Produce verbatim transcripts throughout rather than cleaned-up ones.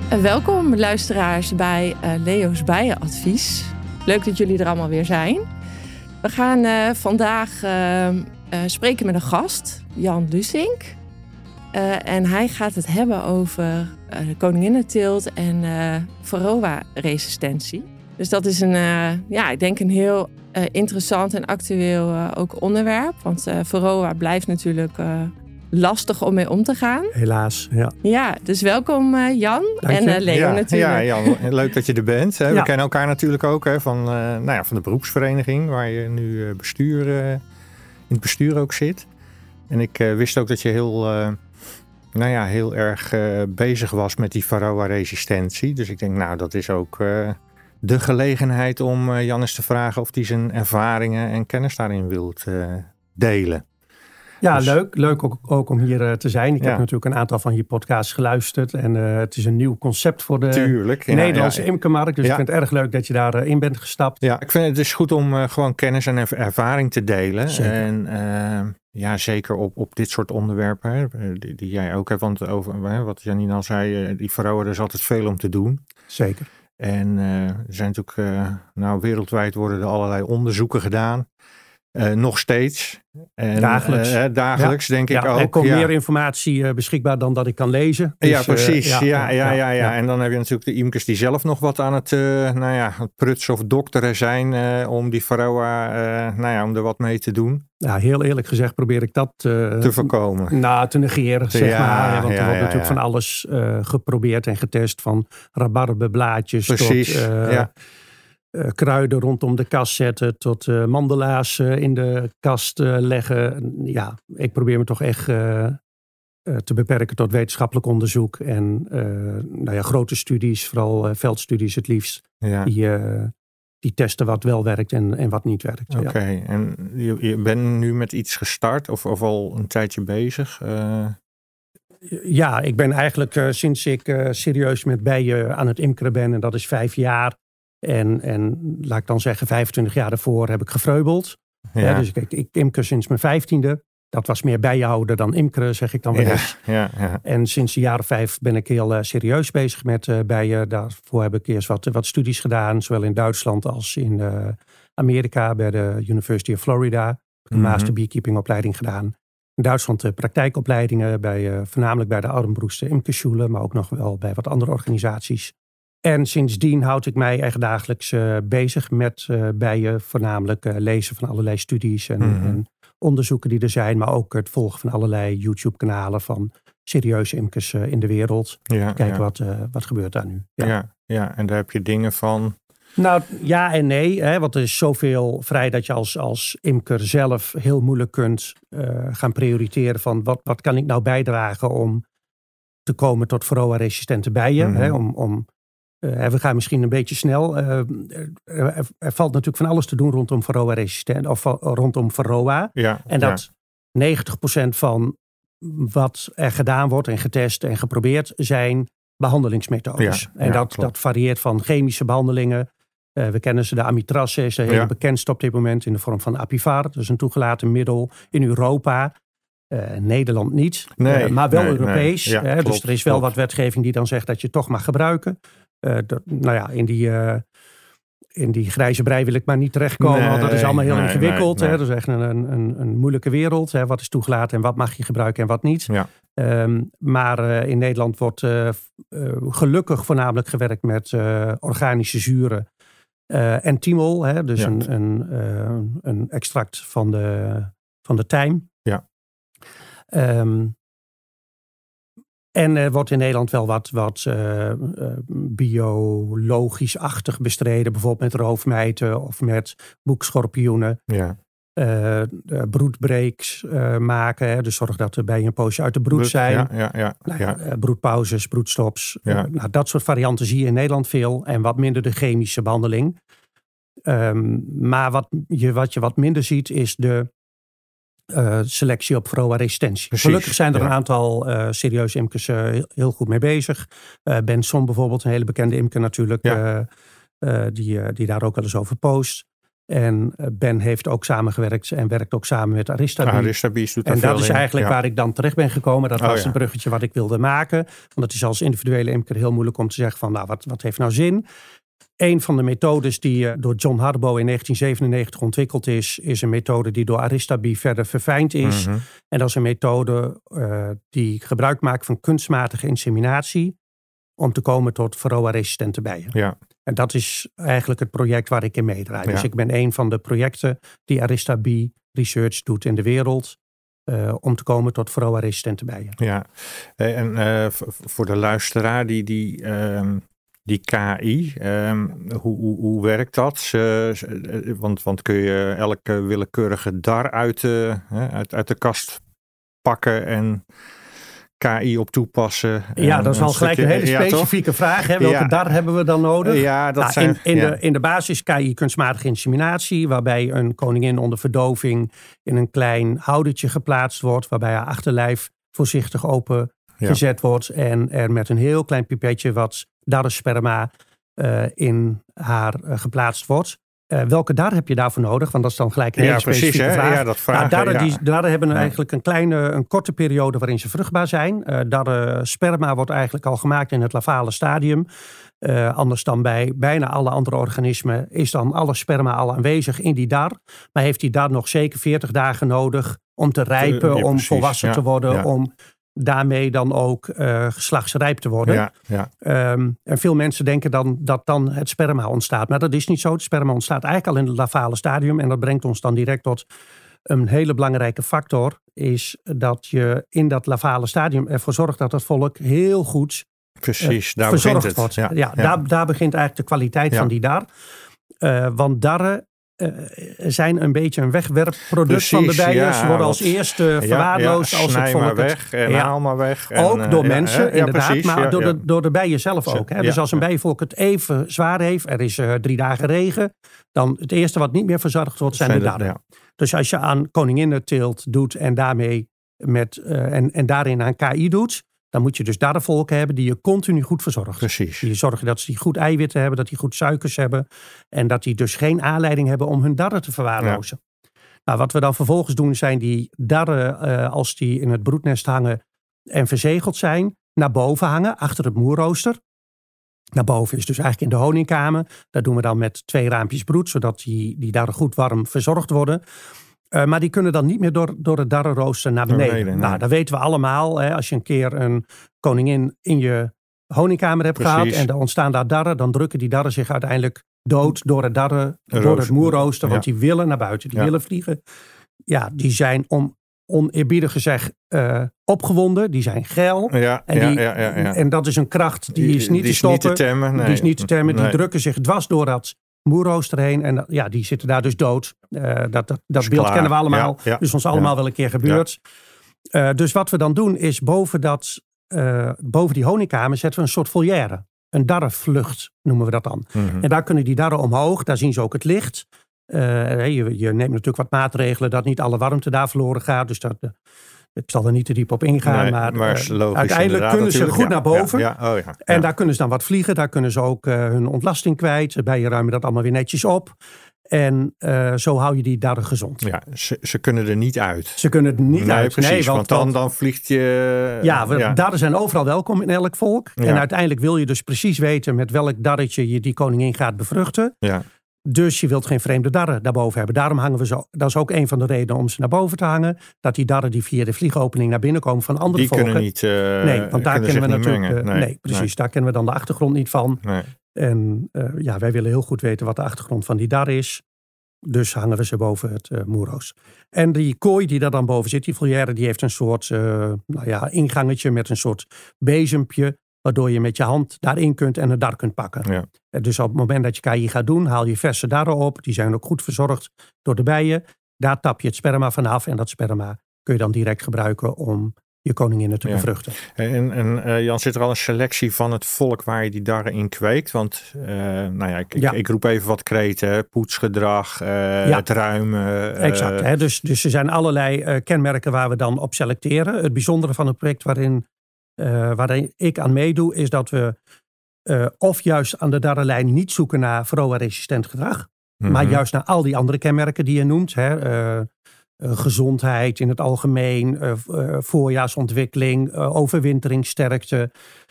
Welkom luisteraars bij uh, Leo's Bijenadvies. Leuk dat jullie er allemaal weer zijn. We gaan uh, vandaag uh, uh, spreken met een gast, Jan Lusink. Uh, en hij gaat het hebben over uh, de koninginnenteelt en uh, varroa-resistentie. Dus dat is een, uh, ja, ik denk een heel uh, interessant en actueel uh, ook onderwerp. Want uh, varroa blijft natuurlijk uh, lastig om mee om te gaan. Helaas, ja. Ja, dus welkom uh, Jan en uh, Leo ja, natuurlijk. Ja, Jan, leuk dat je er bent. Hè. We ja. kennen elkaar natuurlijk ook hè, van, uh, nou ja, van de beroepsvereniging, waar je nu uh, bestuur, uh, in het bestuur ook zit. En ik uh, wist ook dat je heel, uh, nou ja, heel erg uh, bezig was met die varroa-resistentie. Dus ik denk, nou, dat is ook uh, de gelegenheid om uh, Jan eens te vragen of hij zijn ervaringen en kennis daarin wilt uh, delen. Ja, dus, leuk. Leuk ook, ook om hier uh, te zijn. Ik ja. heb natuurlijk een aantal van je podcasts geluisterd. En uh, het is een nieuw concept voor de Tuurlijk, ja, Nederlandse ja. imkermarkt. Dus ja. ik vind het erg leuk dat je daarin uh, bent gestapt. Ja, ik vind het dus goed om uh, gewoon kennis en ervaring te delen. Zeker. En uh, ja, zeker op, op dit soort onderwerpen, hè, die, die jij ook hebt. Want over, wat Janine al zei, uh, die varroa, er is altijd veel om te doen. Zeker. En uh, er zijn natuurlijk, uh, nou wereldwijd worden er allerlei onderzoeken gedaan. Uh, nog steeds. En, dagelijks. Uh, dagelijks, ja. denk ik ja, ook. Er komt ja. meer informatie uh, beschikbaar dan dat ik kan lezen. Dus, ja, precies. Uh, ja, ja, ja, ja, ja. En dan heb je natuurlijk de imkers die zelf nog wat aan het, uh, nou ja, het prutsen of dokteren zijn uh, om die varroa, uh, nou ja, om er wat mee te doen. Ja, heel eerlijk gezegd probeer ik dat uh, te voorkomen. Nou, te negeren, zeg ja, maar. Want er ja, wordt ja, natuurlijk ja. van alles uh, geprobeerd en getest. Van rabarberblaadjes precies, tot uh, ja. uh, kruiden rondom de kast zetten. Tot uh, mandala's uh, in de kast uh, leggen. Ja, ik probeer me toch echt uh, uh, te beperken tot wetenschappelijk onderzoek. En uh, nou ja, grote studies, vooral uh, veldstudies het liefst. Ja. Die, uh, die testen wat wel werkt en, en wat niet werkt. Oké, okay. ja. En je, je bent nu met iets gestart of, of al een tijdje bezig? Uh... Ja, ik ben eigenlijk uh, sinds ik uh, serieus met bijen aan het imkeren ben. En dat is vijf jaar. En, en laat ik dan zeggen, vijfentwintig jaar daarvoor heb ik gevreubeld. Ja. Ja, dus ik, ik imker sinds mijn vijftiende. Dat was meer bijenhouden dan imkeren, zeg ik dan wel eens. Ja, ja, ja. En sinds de jaren vijf ben ik heel uh, serieus bezig met uh, bijen. Daarvoor heb ik eerst wat, wat studies gedaan. Zowel in Duitsland als in uh, Amerika bij de University of Florida. Een Mm-hmm. master beekeeping opleiding gedaan. In Duitsland de praktijkopleidingen, bij, uh, voornamelijk bij de Oudenbroekse Imkerschule. Maar ook nog wel bij wat andere organisaties. En sindsdien houd ik mij echt dagelijks uh, bezig met uh, bijen. Voornamelijk uh, lezen van allerlei studies en, Mm-hmm. en onderzoeken die er zijn. Maar ook het volgen van allerlei YouTube-kanalen van serieuze imkers uh, in de wereld. Ja, Kijken ja. wat, uh, wat gebeurt daar nu. Ja. Ja, ja, en daar heb je dingen van. Nou ja en nee, hè, want er is zoveel vrij dat je als, als imker zelf heel moeilijk kunt uh, gaan prioriteren van wat, wat kan ik nou bijdragen om te komen tot varroa-resistente bijen. Mm-hmm. Hè, om, om, uh, we gaan misschien een beetje snel. Uh, er, er valt natuurlijk van alles te doen rondom varroa-resistent of rondom varroa. Ja, en dat ja. negentig procent van wat er gedaan wordt en getest en geprobeerd zijn behandelingsmethodes. Ja, en ja, dat, dat varieert van chemische behandelingen. Uh, we kennen ze, de amitrase is de hele ja. bekendste op dit moment in de vorm van Apivar. Dus een toegelaten middel in Europa. Uh, Nederland niet, Nee, uh, maar wel nee, Europees. Nee. Ja, hè, klopt, dus er is wel klopt. wat wetgeving die dan zegt dat je het toch mag gebruiken. Uh, dat, nou ja, in die, uh, in die grijze brei wil ik maar niet terechtkomen. Nee, want dat is allemaal heel nee, ingewikkeld. nee, Hè, nee. dat is echt een, een, een moeilijke wereld. Hè, wat is toegelaten en wat mag je gebruiken en wat niet. Ja. Um, maar uh, in Nederland wordt uh, uh, gelukkig voornamelijk gewerkt met uh, organische zuren. Uh, en thymol, hè, dus Ja. een, een, uh, een extract van de, van de tijm. Ja. Um, en er wordt in Nederland wel wat, wat uh, uh, biologisch-achtig bestreden. Bijvoorbeeld met roofmijten of met boekschorpioenen. Ja. Uh, broedbreaks uh, maken. Hè, dus zorg dat er bij een poosje uit de broed zijn. Ja, ja, ja, Nou, ja. uh, broedpauzes, broedstops. Ja. Uh, nou, dat soort varianten zie je in Nederland veel. En wat minder de chemische behandeling. Um, maar wat je, wat je wat minder ziet is de uh, selectie op varroa-resistentie. Precies, Gelukkig zijn er ja. een aantal uh, serieuze imkers uh, heel, heel goed mee bezig. Uh, Benson bijvoorbeeld, een hele bekende imker natuurlijk. Ja. Uh, uh, die, uh, die daar ook wel eens over post. En Ben heeft ook samengewerkt en werkt ook samen met Aristabee. Ah, Aristabee doet daar en veel dat is in. eigenlijk ja. waar ik dan terecht ben gekomen. Dat Oh, was ja. een bruggetje wat ik wilde maken. Want het is als individuele imker heel moeilijk om te zeggen van, nou, wat, wat heeft nou zin? Een van de methodes die uh, door John Harbaugh in negentien zevenennegentig ontwikkeld is, is een methode die door Aristabee verder verfijnd is. Mm-hmm. En dat is een methode uh, die gebruik maakt van kunstmatige inseminatie om te komen tot varroa-resistente bijen. Ja. En dat is eigenlijk het project waar ik in meedraai. Ja. Dus ik ben een van de projecten die Aristabee Research doet in de wereld uh, om te komen tot varroa-resistente bijen. Ja, en uh, voor de luisteraar die... die um... Die K I, um, hoe, hoe, hoe werkt dat? Ze, ze, want, want kun je elke willekeurige dar uit de, hè, uit, uit de kast pakken en K I op toepassen? Ja, dat is al gelijk een hele specifieke ja, vraag. Hè? Welke ja. dar hebben we dan nodig? Ja, dat nou, zijn, in, in, ja. de, in de basis K I kunstmatige inseminatie, waarbij een koningin onder verdoving in een klein houdertje geplaatst wordt, waarbij haar achterlijf voorzichtig open ja. gezet wordt en er met een heel klein pipetje wat darrensperma uh, in haar uh, geplaatst wordt. Uh, welke dar heb je daarvoor nodig? Want dat is dan gelijk een hele ja, specifieke precies, vraag. Ja, dat vragen, nou, darren, ja. die, darren hebben ja. eigenlijk een kleine, een korte periode waarin ze vruchtbaar zijn. Uh, darren sperma wordt eigenlijk al gemaakt in het lavale stadium. Uh, anders dan bij bijna alle andere organismen is dan alle sperma al aanwezig in die dar. Maar heeft die dar nog zeker veertig dagen nodig om te rijpen, uh, ja, om precies. volwassen ja, te worden, ja. om daarmee dan ook uh, geslachtsrijp te worden. Ja, ja. Um, en veel mensen denken dan dat dan het sperma ontstaat. Maar dat is niet zo. Het sperma ontstaat eigenlijk al in het lavale stadium. En dat brengt ons dan direct tot een hele belangrijke factor. Is dat je in dat lavale stadium ervoor zorgt dat het volk heel goed Precies, uh, daar verzorgd begint het. wordt. Ja, ja, ja. Daar, daar begint eigenlijk de kwaliteit ja. van die dar. Uh, want darren Uh, zijn een beetje een wegwerpproduct Precies, van de bijen. Ja, Ze worden als eerste verwaarloosd. Ja, ja, als het volk maar weg en ja. haal maar weg. En, ook door uh, mensen, ja, inderdaad. precies, maar ja, door, ja. de, door de bijen zelf ook. Hè. Ja, dus als een ja. bijenvolk het even zwaar heeft. Er is uh, drie dagen regen. Dan het eerste wat niet meer verzorgd wordt zijn, zijn de darren. Ja. Dus als je aan koninginnenteelt doet. En, daarmee met, uh, en, en daarin aan K I doet. Dan moet je dus darrenvolken hebben die je continu goed verzorgt. Precies. Die zorgen dat ze die goed eiwitten hebben, dat die goed suikers hebben. En dat die dus geen aanleiding hebben om hun darren te verwaarlozen. Ja. Nou, wat we dan vervolgens doen zijn die darren, uh, als die in het broednest hangen en verzegeld zijn, naar boven hangen, achter het moerrooster. Naar boven is dus eigenlijk in de honingkamer. Dat doen we dan met twee raampjes broed, zodat die, die darren goed warm verzorgd worden. Uh, maar die kunnen dan niet meer door, door het darrenrooster naar beneden. beneden nee. Nou, dat weten we allemaal. Hè. Als je een keer een koningin in je honingkamer hebt Precies. gehad en er ontstaan daar darren, dan drukken die darren zich uiteindelijk dood door het, darren, door het moerrooster. Want ja. die willen naar buiten, die ja. willen vliegen. Ja, die zijn om oneerbiedig gezegd uh, opgewonden. Die zijn geil. Ja, en, die, ja, ja, ja, ja. en dat is een kracht die is niet die te stoppen. Is niet te temmen, nee. Die is niet te temmen. Nee. Die drukken zich dwars door dat moerrooster heen. En ja, die zitten daar dus dood. Uh, dat dat, dat beeld klaar. kennen we allemaal. Ja, ja, dus ons allemaal ja. wel een keer gebeurd. Ja. Uh, dus wat we dan doen is boven, dat, uh, boven die honingkamer zetten we een soort volière. Een darrenvlucht noemen we dat dan. Mm-hmm. En daar kunnen die darren omhoog. Daar zien ze ook het licht. Uh, je, je neemt natuurlijk wat maatregelen dat niet alle warmte daar verloren gaat. Dus dat... Uh, Ik zal er niet te diep op ingaan, nee, maar, maar uh, uiteindelijk kunnen ze goed ja, naar boven. Ja, ja, oh ja, en ja. daar kunnen ze dan wat vliegen. Daar kunnen ze ook uh, hun ontlasting kwijt. Bijen ruimen dat allemaal weer netjes op. En uh, zo hou je die darren gezond. Ja, ze, ze kunnen er niet uit. Ze kunnen er niet nee, uit. Precies, nee, want, want dan, dan vliegt je... Ja, we, ja, darren zijn overal welkom in elk volk. Ja. En uiteindelijk wil je dus precies weten met welk darretje je die koningin gaat bevruchten. Ja. Dus je wilt geen vreemde darren daarboven hebben. Daarom hangen we zo. Dat is ook een van de redenen om ze naar boven te hangen. Dat die darren die via de vliegopening naar binnen komen van andere die volken. Kunnen niet, uh, nee, want daar kennen we natuurlijk. Uh, nee, nee, precies. Nee. Daar kennen we dan de achtergrond niet van. Nee. En uh, ja, wij willen heel goed weten wat de achtergrond van die dar is. Dus hangen we ze boven het uh, moerroos. En die kooi die daar dan boven zit, die volière, die heeft een soort uh, nou ja, ingangetje met een soort bezempje. Waardoor je met je hand daarin kunt en een dar kunt pakken. Ja. Dus op het moment dat je K I gaat doen, haal je verse darren op. Die zijn ook goed verzorgd door de bijen. Daar tap je het sperma vanaf. En dat sperma kun je dan direct gebruiken om je koninginnen te ja. bevruchten. En, en uh, Jan, zit er al een selectie van het volk waar je die darren in kweekt? Want uh, nou ja, ik, ja. Ik, ik roep even wat kreten. Poetsgedrag, uh, ja. het ruimen. Uh, exact. Hè? Dus, dus er zijn allerlei uh, kenmerken waar we dan op selecteren. Het bijzondere van het project waarin... Uh, waar ik aan meedoe, is dat we uh, of juist aan de darrenlijn niet zoeken naar varroa-resistent gedrag. Mm-hmm. Maar juist naar al die andere kenmerken die je noemt. Hè, uh, uh, gezondheid in het algemeen. Uh, uh, voorjaarsontwikkeling. Uh, overwinteringssterkte.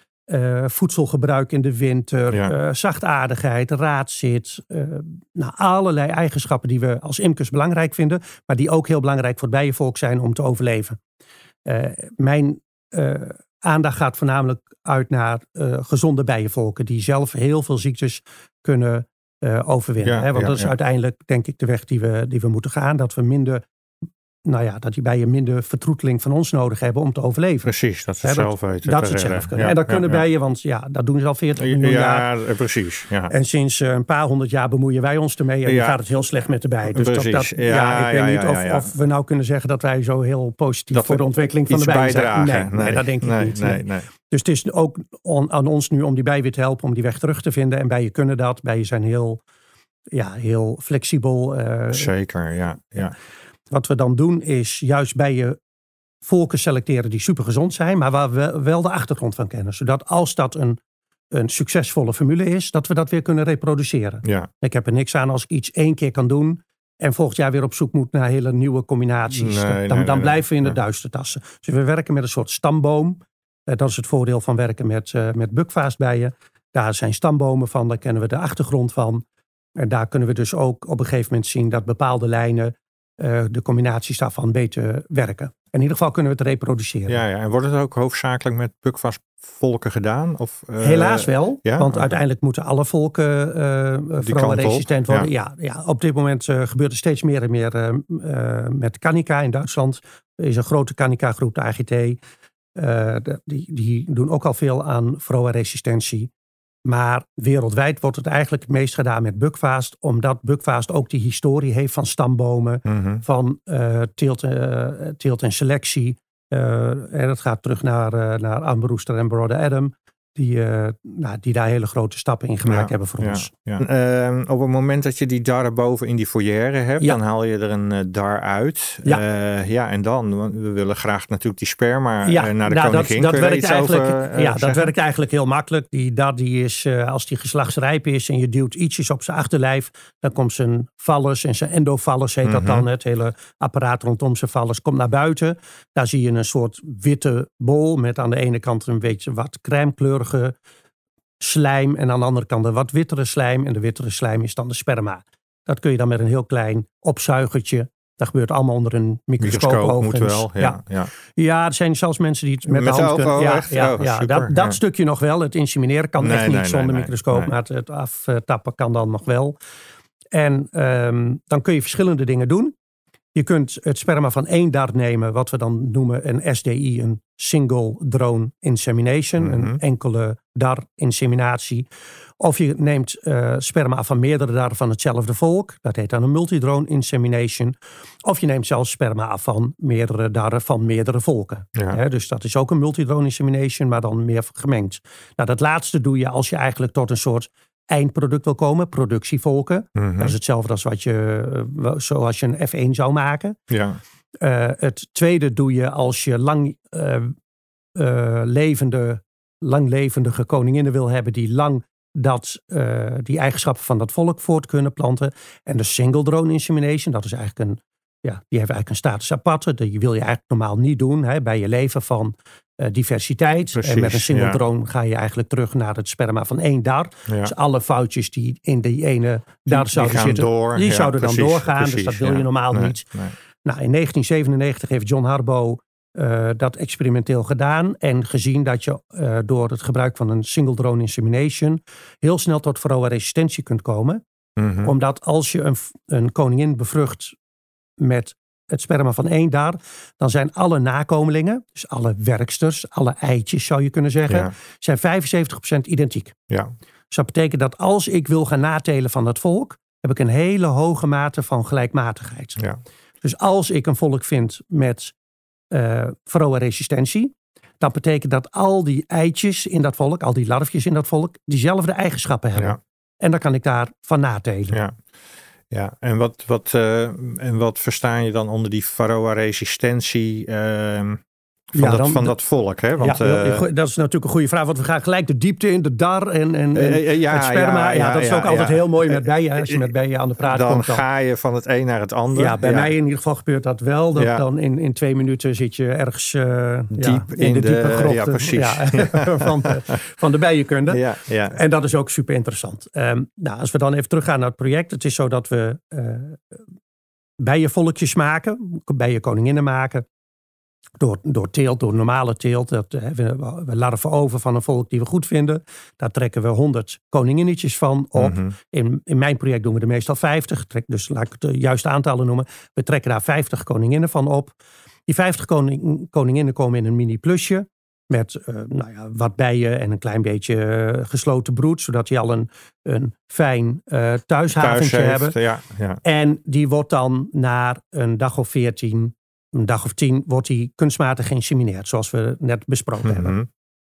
Uh, voedselgebruik in de winter. Ja. Uh, zachtaardigheid. Raadzit. Uh, nou, allerlei eigenschappen die we als imkers belangrijk vinden. Maar die ook heel belangrijk voor het bijenvolk zijn om te overleven. Uh, mijn uh, aandacht gaat voornamelijk uit naar uh, gezonde bijenvolken. Die zelf heel veel ziektes kunnen uh, overwinnen. Ja, hè? Want ja, dat is ja. uiteindelijk denk ik de weg die we, die we moeten gaan. Dat we minder, nou ja, dat die bijen minder vertroeteling van ons nodig hebben om te overleven. Precies, dat ze het hè, zelf dat, weten. Dat ze het zelf kunnen. Ja, en dat kunnen ja, bijen, ja. want ja, dat doen ze al veertig miljoen ja, jaar. Ja, precies. Ja. En sinds uh, een paar honderd jaar bemoeien wij ons ermee. En ja. dan gaat het heel slecht met de bijen. Dus dat, dat, ja, ja, ik weet ja, niet ja, of, ja. of we nou kunnen zeggen dat wij zo heel positief dat voor de ontwikkeling van de bijen zijn. Nee, nee, nee, dat denk ik nee, niet. Nee, nee. Nee. Dus het is ook on, aan ons nu om die bijen weer te helpen, om die weg terug te vinden. En bijen kunnen dat. Bijen zijn heel, ja, heel flexibel. Uh, Zeker, ja, ja. Wat we dan doen is juist bijen volken selecteren die supergezond zijn, maar waar we wel de achtergrond van kennen. Zodat als dat een, een succesvolle formule is, dat we dat weer kunnen reproduceren. Ja. Ik heb er niks aan als ik iets één keer kan doen en volgend jaar weer op zoek moet naar hele nieuwe combinaties. Nee, dan nee, dan nee, blijven we in nee. de duistertassen. Dus we werken met een soort stamboom. Uh, dat is het voordeel van werken met, uh, met bukvaasbijen. Daar zijn stambomen van, daar kennen we de achtergrond van. En daar kunnen we dus ook op een gegeven moment zien dat bepaalde lijnen Uh, de combinaties daarvan beter werken. In ieder geval kunnen we het reproduceren. Ja, ja. En wordt het ook hoofdzakelijk met bukvaasvolken gedaan? Of, uh, Helaas wel, ja? want okay. uiteindelijk moeten alle volken uh, vooral resistent worden. Ja. Ja, ja, op dit moment uh, gebeurt er steeds meer en meer uh, uh, met Canica in Duitsland. Er is een grote Canica groep, de A G T. Uh, de, die, die doen ook al veel aan varroa-resistentie. Maar wereldwijd wordt het eigenlijk het meest gedaan met bukvaast. Omdat bukvaast ook die historie heeft van stambomen. Mm-hmm. Van uh, teelt, uh, teelt en selectie. Uh, en dat gaat terug naar, uh, naar Amber Rooster en Brother Adam. Die, uh, nou, die daar hele grote stappen in gemaakt ja, hebben voor ja, ons. Ja. Uh, op het moment dat je die darren boven in die foyer hebt. Ja. Dan haal je er een uh, dar uit. Ja. Uh, ja, en dan, we willen graag natuurlijk die sperma ja, uh, naar de nou, koningin. Dat, dat, werkt eigenlijk, over, uh, ja, dat werkt eigenlijk heel makkelijk. Die dar die is, uh, als die geslachtsrijp is en je duwt ietsjes op zijn achterlijf. Dan komt zijn vallus en zijn endovallus heet mm-hmm. dat dan. Het hele apparaat rondom zijn vallus komt naar buiten. Daar zie je een soort witte bol met aan de ene kant een beetje wat crèmekleurige slijm en aan de andere kant de wat wittere slijm. En de wittere slijm is dan de sperma. Dat kun je dan met een heel klein opzuigertje. Dat gebeurt allemaal onder een microscoop. Microscoop moet wel, ja, ja. Ja. ja, er zijn zelfs mensen die het met, met de hand kunnen. Ja, echt? ja, oh, ja, super, dat, dat ja. stukje nog wel. Het insemineren kan nee, echt niet nee, zonder nee, microscoop. Nee. Maar het, het aftappen kan dan nog wel. En um, dan kun je verschillende dingen doen. Je kunt het sperma van één dar nemen, wat we dan noemen een S D I, een single drone insemination, mm-hmm. een enkele dar inseminatie. Of je neemt uh, sperma van meerdere darren van hetzelfde volk, dat heet dan een multidrone insemination. Of je neemt zelfs sperma af van meerdere darren van meerdere volken. Ja. He, dus dat is ook een multidrone insemination, maar dan meer gemengd. Nou, dat laatste doe je als je eigenlijk tot een soort eindproduct wil komen, productievolken. Mm-hmm. Dat is hetzelfde als wat je, zoals je een F één zou maken. Ja. Uh, het tweede doe je als je lang uh, uh, levende, langlevendige koninginnen wil hebben die lang dat, uh, die eigenschappen van dat volk voort kunnen planten. En de single drone insemination, dat is eigenlijk een, ja, die heeft eigenlijk een status aparte. Die wil je eigenlijk normaal niet doen hè, bij je leven van Uh, diversiteit. Precies, en met een single ja. drone ga je eigenlijk terug naar het sperma van één dar. Ja. Dus alle foutjes die in die ene dar die, zouden die zitten, door. die ja, zouden precies, dan doorgaan. precies, dus dat wil ja. je normaal nee, niet. Nee. Nou, in negentien zevenennegentig heeft John Harbaugh uh, dat experimenteel gedaan en gezien dat je uh, door het gebruik van een single drone insemination heel snel tot varroa-resistentie kunt komen. Mm-hmm. Omdat als je een, een koningin bevrucht met het sperma van één dar, dan zijn alle nakomelingen, dus alle werksters, alle eitjes zou je kunnen zeggen, ja. zijn vijfenzeventig procent identiek. Ja. Dus dat betekent dat als ik wil gaan natelen van het volk, heb ik een hele hoge mate van gelijkmatigheid. Ja. Dus als ik een volk vind met uh, varroa-resistentie, dan betekent dat al die eitjes in dat volk, al die larfjes in dat volk, diezelfde eigenschappen hebben. Ja. En dan kan ik daar van natelen. Ja. Ja, en wat, wat, uh, en wat versta je dan onder die varroa-resistentie? Uh, van, ja, dat, dan, van dat volk. Hè? Want, ja, uh, dat is natuurlijk een goede vraag. Want we gaan gelijk de diepte in, de dar en, en, en uh, ja, het sperma. Ja, ja, ja dat is ook ja, altijd ja. heel mooi met bijen. Als je met bijen aan de praat dan komt. Dan ga je van het een naar het ander. Ja, bij ja. mij in ieder geval gebeurt dat wel. Dat ja. Dan in, in twee minuten zit je ergens uh, diep ja, in, in de, de diepe grotten ja, precies. Ja, van, de, van de bijenkunde. Ja, ja. En dat is ook super interessant. Um, nou, als we dan even teruggaan naar het project. Het is zo dat we uh, bijenvolkjes maken. Bijenkoninginnen maken. Door, door teelt, door normale teelt. Dat, uh, we, we larven over van een volk die we goed vinden. Daar trekken we honderd koninginnetjes van op. Mm-hmm. In, in mijn project doen we er meestal vijftig. Trek, dus laat ik het de juiste aantallen noemen. We trekken daar vijftig koninginnen van op. Die vijftig koning, koninginnen komen in een mini plusje. Met uh, nou ja, wat bijen en een klein beetje uh, gesloten broed. Zodat die al een, een fijn uh, thuishaventje Thuis hebben. Ja, ja. En die wordt dan na een dag of veertien... een dag of tien wordt die kunstmatig geïnsemineerd, zoals we net besproken Mm-hmm. hebben.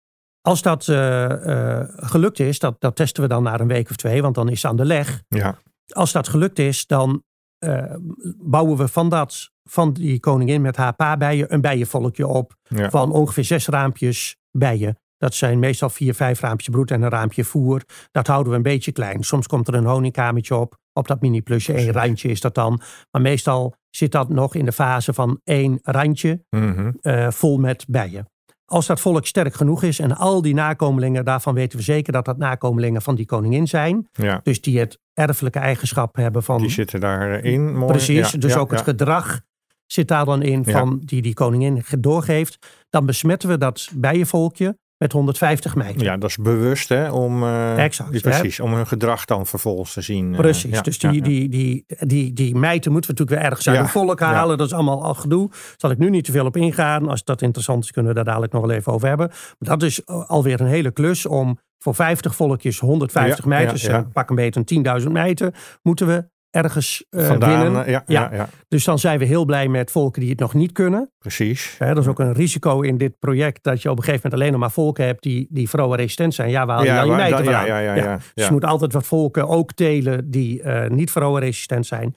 Als dat uh, uh, gelukt is, dat, dat testen we dan na een week of twee, want dan is het aan de leg. Ja. Als dat gelukt is, dan uh, bouwen we van, dat, van die koningin met haar paar bijen een bijenvolkje op Ja. van ongeveer zes raampjes bijen. Dat zijn meestal vier, vijf raampjes broed en een raampje voer. Dat houden we een beetje klein. Soms komt er een honingkamertje op, op dat mini-plusje. Eén randje is dat dan. Maar meestal zit dat nog in de fase van één randje Mm-hmm. uh, vol met bijen. Als dat volk sterk genoeg is en al die nakomelingen, daarvan weten we zeker dat dat nakomelingen van die koningin zijn. Ja. Dus die het erfelijke eigenschap hebben van... Die zitten daarin. Mooi. Precies, ja, dus ja, ook ja. het gedrag zit daar dan in van Ja. die die koningin doorgeeft. Dan besmetten we dat bijenvolkje met honderdvijftig meiden. Ja, dat is bewust, hè? Om, uh, Exact, die, precies, om hun gedrag dan vervolgens te zien. Uh, Precies, ja, dus die, ja, ja. Die, die, die, die meiden moeten we natuurlijk weer ergens uit Ja, het volk halen. ja. Dat is allemaal al gedoe. Zal ik nu niet te veel op ingaan. Als dat interessant is, kunnen we daar dadelijk nog wel even over hebben. Maar dat is alweer een hele klus om voor vijftig volkjes honderdvijftig Ja, meiden, ja, dus ja. pak een beetje een tienduizend meiden, moeten we ergens uh, Vandaan, winnen. uh, ja, Ja. ja. Ja, ja, Dus dan zijn we heel blij met volken die het nog niet kunnen. precies. Hè, dat is ook een risico in dit project, dat je op een gegeven moment alleen nog maar volken hebt die, die varroa-resistent zijn. Ja, waar haal je dan je waar- meiden da- vandaan? ja, ja, ja, ja, Dus ja. je moet altijd wat volken ook telen die uh, niet varroa-resistent zijn.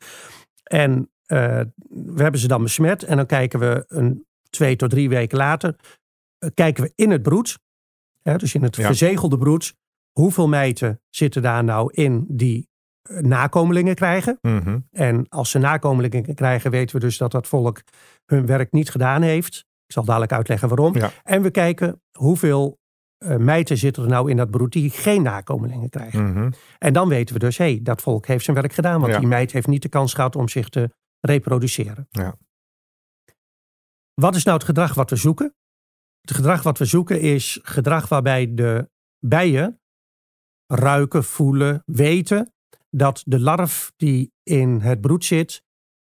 En uh, we hebben ze dan besmet en dan kijken we een twee tot drie weken later, uh, kijken we in het broed, hè, dus in het Ja. verzegelde broed, hoeveel meiden zitten daar nou in die uh, nakomelingen krijgen. Mm-hmm. En als ze nakomelingen krijgen, weten we dus dat dat volk hun werk niet gedaan heeft. Ik zal dadelijk uitleggen waarom. Ja. En we kijken hoeveel uh, meiden zitten er nou in dat broed die geen nakomelingen krijgen. Mm-hmm. En dan weten we dus, hé, hey, dat volk heeft zijn werk gedaan. Want Ja. die meid heeft niet de kans gehad om zich te reproduceren. Ja. Wat is nou het gedrag wat we zoeken? Het gedrag wat we zoeken is gedrag waarbij de bijen ruiken, voelen, weten dat de larf die in het broed zit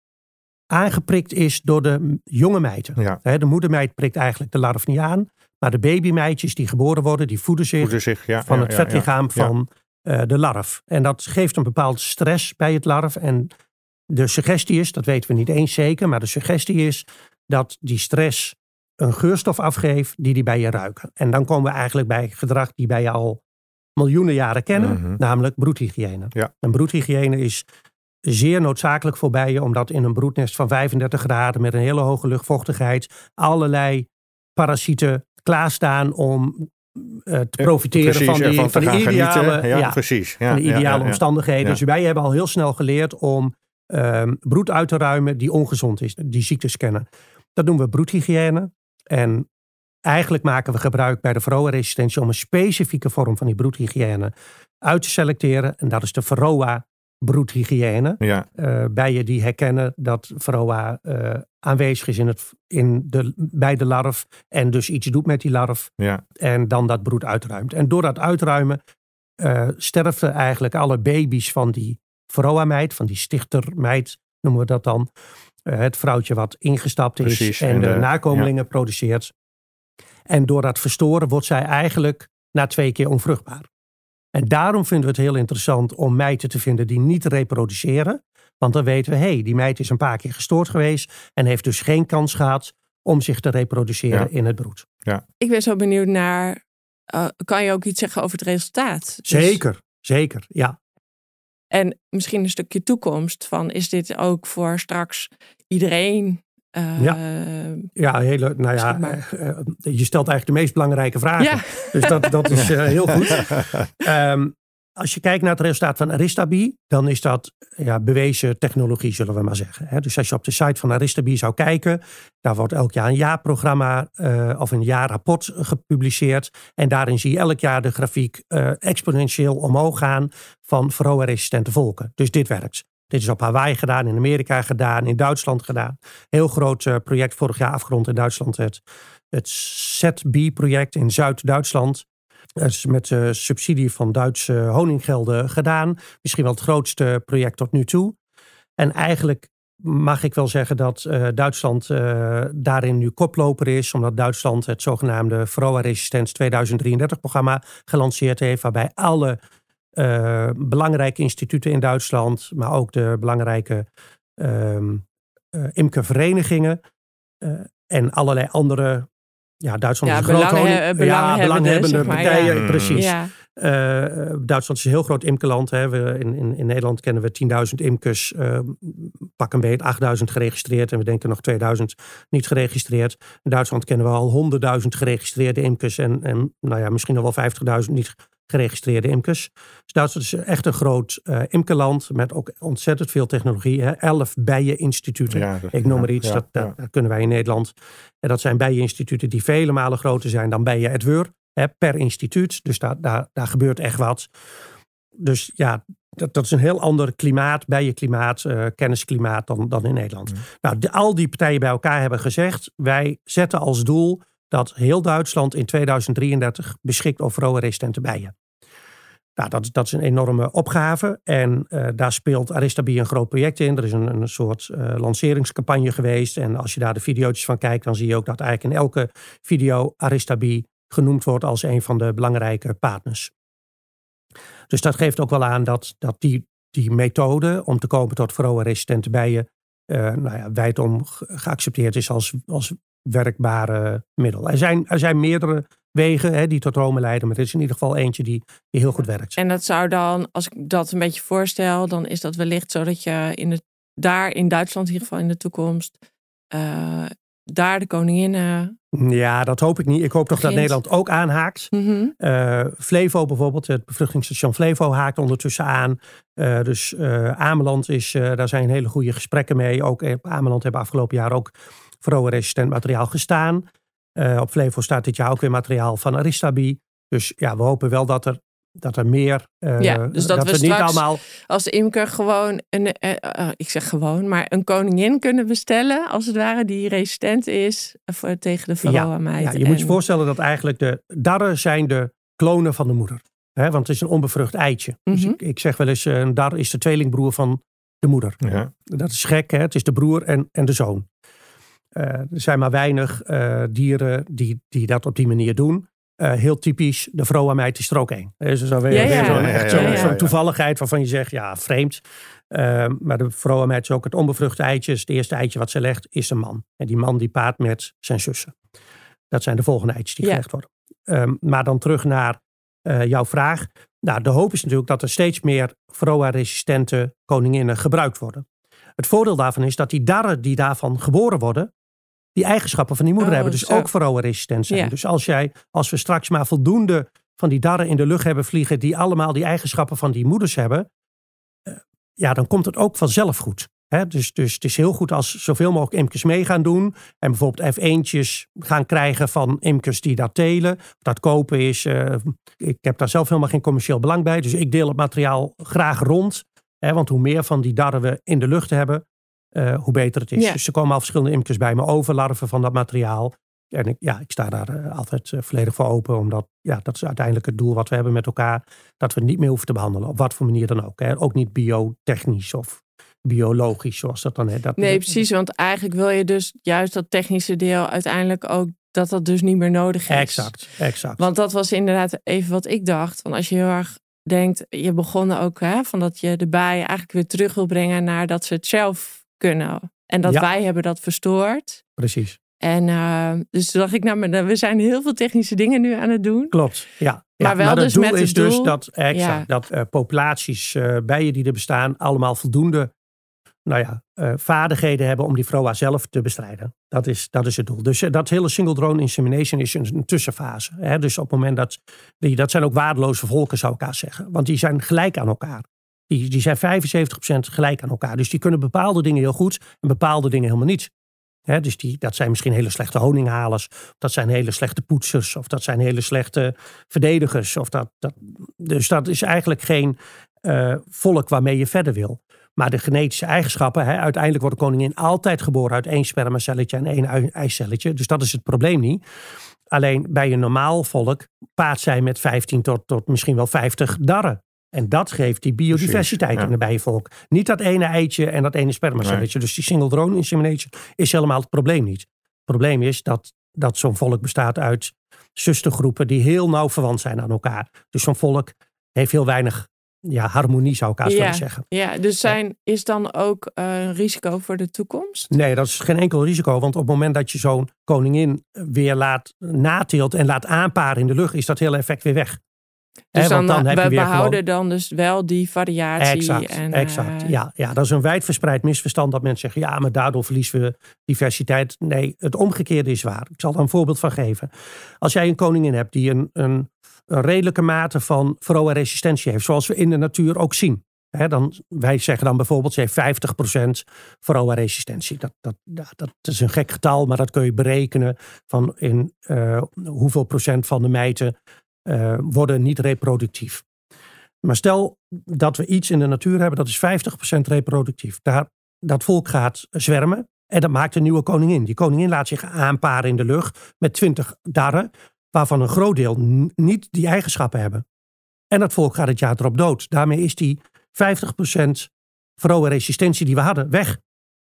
aangeprikt is door de jonge meiden. Ja. De moedermeid prikt eigenlijk de larf niet aan, maar de babymeidjes die geboren worden, die voeden zich, Voeden zich, ja, van ja, het ja, vetlichaam ja. van uh, de larf. En dat geeft een bepaald stress bij het larf. En de suggestie is, dat weten we niet eens zeker, maar de suggestie is dat die stress een geurstof afgeeft die die bijen ruiken. En dan komen we eigenlijk bij gedrag die bijen al miljoenen jaren kennen, Mm-hmm. namelijk broedhygiëne. Ja. En broedhygiëne is zeer noodzakelijk voor bijen, omdat in een broednest van vijfendertig graden met een hele hoge luchtvochtigheid allerlei parasieten klaarstaan om uh, te profiteren Precies, van, die, ervan van te de gaan ideale, genieten. Ja, ja, precies. Ja, van de ja, ideale ja, ja. omstandigheden. Ja. Dus wij hebben al heel snel geleerd om um, broed uit te ruimen die ongezond is, die ziektes kennen. Dat noemen we broedhygiëne. En eigenlijk maken we gebruik bij de varroa-resistentie om een specifieke vorm van die broedhygiëne uit te selecteren. En dat is de varroa-broedhygiëne. Ja. Uh, bijen die herkennen dat varroa uh, aanwezig is in het, in de, bij de larf en dus iets doet met die larf Ja. en dan dat broed uitruimt. En door dat uitruimen uh, sterven eigenlijk alle baby's van die varroa-meid, van die stichtermeid noemen we dat dan. Uh, het vrouwtje wat ingestapt is Precies, en, en de, de- nakomelingen ja. produceert. En door dat verstoren wordt zij eigenlijk na twee keer onvruchtbaar. En daarom vinden we het heel interessant om meiden te vinden die niet reproduceren. Want dan weten we, hé, hey, die meid is een paar keer gestoord geweest en heeft dus geen kans gehad om zich te reproduceren Ja. in het broed. Ik ben zo benieuwd naar, uh, kan je ook iets zeggen over het resultaat? Dus- Zeker, zeker, ja. En misschien een stukje toekomst van, is dit ook voor straks iedereen Uh, ja, ja, hele, nou ja, uh, je stelt eigenlijk de meest belangrijke vragen. Ja. Dus dat, dat is uh, heel goed. Um, als je kijkt naar het resultaat van Aristabi, dan is dat ja, bewezen technologie, zullen we maar zeggen. Hè? Dus als je op de site van Aristabi zou kijken, daar wordt elk jaar een jaarprogramma uh, of een jaarrapport gepubliceerd. En daarin zie je elk jaar de grafiek uh, exponentieel omhoog gaan van varroa-resistente volken. Dus dit werkt. Dit is op Hawaii gedaan, in Amerika gedaan, in Duitsland gedaan. Heel groot uh, project vorig jaar afgerond in Duitsland. Het, het Z B-project in Zuid-Duitsland. Dat is met uh, subsidie van Duitse honinggelden gedaan. Misschien wel het grootste project tot nu toe. En eigenlijk mag ik wel zeggen dat uh, Duitsland uh, daarin nu koploper is. Omdat Duitsland het zogenaamde Varroa-resistens tweeduizend drieëndertig programma gelanceerd heeft. Waarbij alle uh, belangrijke instituten in Duitsland, maar ook de belangrijke uh, uh, imkerverenigingen uh, en allerlei andere... Ja, Duitsland ja, is een groot belang, honing, belanghebbende, ja, belanghebbende zeg maar, partijen, ja. precies. Ja. Uh, Duitsland is een heel groot imkerland. Hè. We, in, in, in Nederland kennen we tienduizend imkers, uh, pak een beetje achtduizend geregistreerd. En we denken nog tweeduizend niet geregistreerd. In Duitsland kennen we al honderdduizend geregistreerde imkers. En, en nou ja, misschien nog wel vijftigduizend niet geregistreerde imkers. Dus Duitsland is echt een groot uh, imkerland met ook ontzettend veel technologie. Hè. Elf bijeninstituten. Ja, dat, Ik noem maar iets, ja, dat, ja. Dat, dat kunnen wij in Nederland. En dat zijn bijeninstituten die vele malen groter zijn dan Bijen het Weur. Hè, per instituut. Dus daar, daar, daar gebeurt echt wat. Dus ja, dat, dat is een heel ander klimaat, bijenklimaat, uh, kennisklimaat dan, dan in Nederland. Mm. Nou, de, al die partijen bij elkaar hebben gezegd, wij zetten als doel dat heel Duitsland in tweeduizend drieëndertig beschikt over varroa-resistente bijen. Nou, dat, dat is een enorme opgave. En uh, daar speelt Aristabi een groot project in. Er is een, een soort uh, lanceringscampagne geweest. En als je daar de video's van kijkt, dan zie je ook dat eigenlijk in elke video Aristabi genoemd wordt als een van de belangrijke partners. Dus dat geeft ook wel aan dat, dat die, die methode om te komen tot varroa-resistente bijen uh, nou ja, wijdom geaccepteerd is als, als werkbare middel. Er zijn, er zijn meerdere wegen hè, die tot Rome leiden, maar dit is in ieder geval eentje die, die heel goed werkt. En dat zou dan, als ik dat een beetje voorstel, dan is dat wellicht zo dat je in het, daar in Duitsland in ieder geval in de toekomst uh, daar de koninginnen... Ja, dat hoop ik niet. Ik hoop toch dat Nederland ook aanhaakt. Mm-hmm. Uh, Flevo bijvoorbeeld, het bevruchtingsstation Flevo haakt ondertussen aan. Uh, dus uh, Ameland is, uh, daar zijn hele goede gesprekken mee. Ook uh, Ameland hebben afgelopen jaar ook varroa-resistent materiaal gestaan. Uh, op Flevo staat dit jaar ook weer materiaal van Aristabi. Dus ja, we hopen wel dat er, dat er meer... Uh, ja, dus dat, dat we, we straks niet allemaal... als de imker gewoon, een, uh, uh, ik zeg gewoon, maar een koningin kunnen bestellen, als het ware, die resistent is uh, tegen de varroa-mijt. Ja, ja, je en... moet je voorstellen dat eigenlijk de darren zijn de klonen van de moeder. He, want het is een onbevrucht eitje. Mm-hmm. Dus ik, ik zeg wel eens, een dar is de tweelingbroer van de moeder. Ja. Dat is gek, hè? Het is de broer en, en de zoon. Uh, er zijn maar weinig uh, dieren die, die dat op die manier doen. Uh, heel typisch, de varroa-mijt is er ook één. Dus zo weer, ja, ja. Zo'n, ja, ja, ja, ja, ja. zo'n toevalligheid waarvan je zegt, ja, vreemd. Uh, maar de varroa-mijt is ook het onbevruchte eitje. Dus het eerste eitje wat ze legt is een man. En die man die paart met zijn zussen. Dat zijn de volgende eitjes die ja. gelegd worden. Um, maar dan terug naar uh, jouw vraag. Nou, de hoop is natuurlijk dat er steeds meer varroa-resistente koninginnen gebruikt worden. Het voordeel daarvan is dat die darren die daarvan geboren worden, die eigenschappen van die moeder oh, hebben. Dus zo. Ook varroa-resistent zijn. Ja. Dus als, jij, als we straks maar voldoende van die darren in de lucht hebben vliegen, die allemaal die eigenschappen van die moeders hebben, uh, ja, dan komt het ook vanzelf goed. He, dus, dus het is heel goed als zoveel mogelijk imkers mee gaan doen. En bijvoorbeeld F eentjes gaan krijgen van imkers die dat telen. Dat kopen is, uh, ik heb daar zelf helemaal geen commercieel belang bij. Dus ik deel het materiaal graag rond. He, want hoe meer van die darren we in de lucht hebben, Uh, hoe beter het is. Ja. Dus er komen al verschillende imkers bij me over, larven van dat materiaal. En ik, ja, ik sta daar uh, altijd uh, volledig voor open, omdat ja, dat is uiteindelijk het doel wat we hebben met elkaar, dat we het niet meer hoeven te behandelen, op wat voor manier dan ook. Hè. Ook niet biotechnisch of biologisch, zoals dat dan heet. Dat, nee, precies, want eigenlijk wil je dus juist dat technische deel uiteindelijk ook, dat dat dus niet meer nodig is. Exact, exact. Want dat was inderdaad even wat ik dacht, van als je heel erg denkt, je begon ook, hè, van dat je de bijen eigenlijk weer terug wil brengen naar dat ze het zelf kunnen. En dat ja. wij hebben dat verstoord. Precies. En uh, dus dacht ik, nou, we zijn heel veel technische dingen nu aan het doen. Klopt, ja. Maar ja, wel maar dus het doel met het is doel, dus dat, exact, ja. dat uh, populaties uh, bijen die er bestaan allemaal voldoende nou ja, uh, vaardigheden hebben om die V R O A zelf te bestrijden. Dat is, dat is het doel. Dus uh, dat hele single drone insemination is een, een tussenfase. Hè? Dus op het moment dat, die, dat zijn ook waardeloze volken, zou ik elkaar zeggen. Want die zijn gelijk aan elkaar. Die, die zijn vijfenzeventig procent gelijk aan elkaar. Dus die kunnen bepaalde dingen heel goed en bepaalde dingen helemaal niet. Hè? Dus die, dat zijn misschien hele slechte honinghalers. Of dat zijn hele slechte poetsers. Of dat zijn hele slechte verdedigers. Of dat, dat, dus dat is eigenlijk geen uh, volk waarmee je verder wil. Maar de genetische eigenschappen, hè, uiteindelijk wordt de koningin altijd geboren uit één spermacelletje en één eicelletje. Dus dat is het probleem niet. Alleen bij een normaal volk paart zij met vijftien tot, tot misschien wel vijftig darren. En dat geeft die biodiversiteit Precies, ja. in een bijenvolk. Niet dat ene eitje en dat ene spermacelletje. Nee. Dus die single drone insemination is helemaal het probleem niet. Het probleem is dat, dat zo'n volk bestaat uit zustergroepen die heel nauw verwant zijn aan elkaar. Dus zo'n volk heeft heel weinig ja, harmonie, zou ik haast ja, willen zeggen. Ja, dus zijn, is dan ook uh, een risico voor de toekomst? Nee, dat is geen enkel risico. Want op het moment dat je zo'n koningin weer laat nateelt en laat aanparen in de lucht, is dat hele effect weer weg. Dus He, dan, dan heb we je weer behouden gewoon... dan dus wel die variatie. Exact, en, exact. Uh... Ja, ja, dat is een wijdverspreid misverstand dat mensen zeggen, ja, maar daardoor verliezen we diversiteit. Nee, het omgekeerde is waar. Ik zal daar een voorbeeld van geven. Als jij een koningin hebt die een, een, een redelijke mate van V R O A-resistentie heeft, zoals we in de natuur ook zien. He, dan, wij zeggen dan bijvoorbeeld, ze heeft vijftig procent V R O A-resistentie. Dat, dat, dat is een gek getal, maar dat kun je berekenen van in uh, hoeveel procent van de meiden Uh, worden niet reproductief. Maar stel dat we iets in de natuur hebben, dat is vijftig procent reproductief. Daar, dat volk gaat zwermen en dat maakt een nieuwe koningin. Die koningin laat zich aanparen in de lucht met twintig darren, waarvan een groot deel n- niet die eigenschappen hebben. En dat volk gaat het jaar erop dood. Daarmee is die vijftig procent V R O A-resistentie die we hadden weg.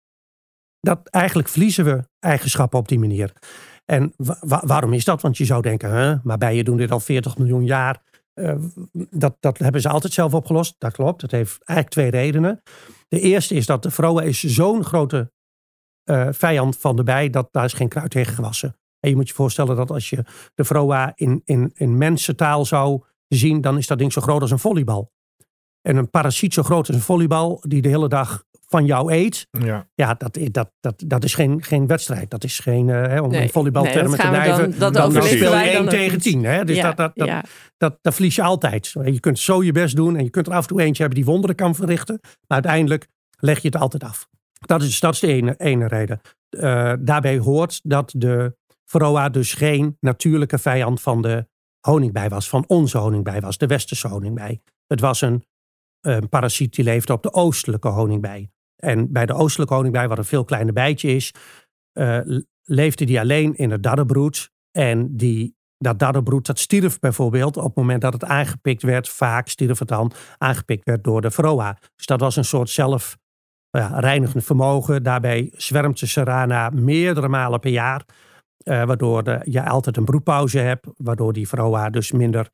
Dat, eigenlijk verliezen we eigenschappen op die manier. En wa- waarom is dat? Want je zou denken, hè, maar bijen doen dit al veertig miljoen jaar. Uh, dat, dat hebben ze altijd zelf opgelost. Dat klopt. Dat heeft eigenlijk twee redenen. De eerste is dat de V R O A is zo'n grote uh, vijand van de bij, dat daar is geen kruid tegen gewassen. En je moet je voorstellen dat als je de V R O A in, in, in mensentaal zou zien, dan is dat ding zo groot als een volleybal. En een parasiet zo groot als een volleybal, die de hele dag van jou eet. Ja, ja dat, dat, dat, dat is geen, geen wedstrijd. Dat is geen, uh, om nee, een volleybaltermen nee, te blijven. Dan, dan, dan speel je één tegen tien. Hè? Dus ja, dat, dat, dat, ja. dat, dat, dat verlies je altijd. Je kunt zo je best doen en je kunt er af en toe eentje hebben die wonderen kan verrichten. Maar uiteindelijk leg je het altijd af. Dat is, dat is de ene, ene reden. Uh, daarbij hoort dat de V R O A dus geen natuurlijke vijand van de honingbij was. Van onze honingbij was. De westerse honingbij. Het was een, een parasiet die leefde op de oostelijke honingbij. En bij de oostelijke honingbij, wat een veel kleiner bijtje is, uh, leefde die alleen in het daddenbroed. En die, dat daddenbroed, dat stierf bijvoorbeeld op het moment dat het aangepikt werd. Vaak stierf het dan, aangepikt werd door de V R O A. Dus dat was een soort zelf ja, reinigend vermogen. Daarbij zwermt de serrana meerdere malen per jaar. Uh, waardoor de, je altijd een broedpauze hebt. Waardoor die V R O A dus minder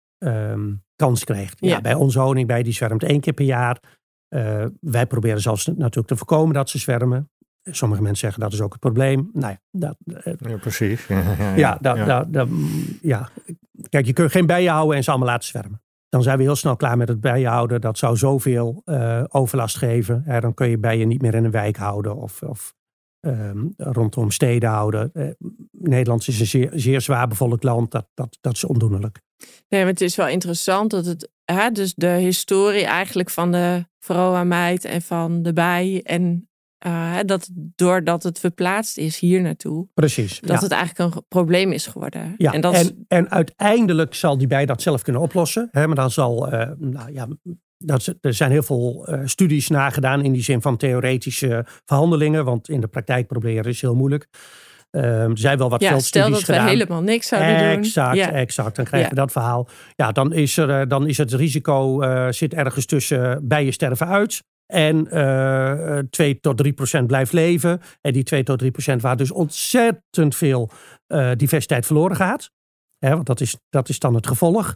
um, kans krijgt. Ja. Ja, bij onze honingbij, die zwermt één keer per jaar. Uh, wij proberen zelfs natuurlijk te voorkomen dat ze zwermen. Sommige mensen zeggen dat is ook het probleem. Nou ja, dat, uh, ja precies. Ja, ja, ja, ja, dat, ja. Dat, dat, ja, kijk, je kunt geen bijen houden en ze allemaal laten zwermen. Dan zijn we heel snel klaar met het bijen houden. Dat zou zoveel uh, overlast geven. Ja, dan kun je bijen niet meer in een wijk houden of, of um, rondom steden houden. Uh, Nederland is een zeer, zeer zwaar bevolkt land. Dat, dat, dat is ondoenlijk. Nee, maar het is wel interessant dat het, hè, dus de historie eigenlijk van de V R O A-meid en van de bij en uh, dat doordat het verplaatst is hier naartoe. Precies. Dat ja. het eigenlijk een probleem is geworden. Ja, en, dat en, is... en uiteindelijk zal die bij dat zelf kunnen oplossen. Hè, maar dan zal, uh, nou ja, dat, er zijn heel veel uh, studies nagedaan in die zin van theoretische verhandelingen. Want in de praktijk proberen is heel moeilijk. Uh, er zijn wel wat ja, veldstudies gedaan. Stel dat gedaan. we helemaal niks zouden doen. Exact, ja. exact. Dan krijg je ja. dat verhaal. Ja, dan is, er, dan is het risico uh, zit ergens tussen bijen sterven uit. En uh, twee tot drie procent blijft leven. En die twee tot drie procent waar dus ontzettend veel uh, diversiteit verloren gaat. Hè, want dat is, dat is dan het gevolg.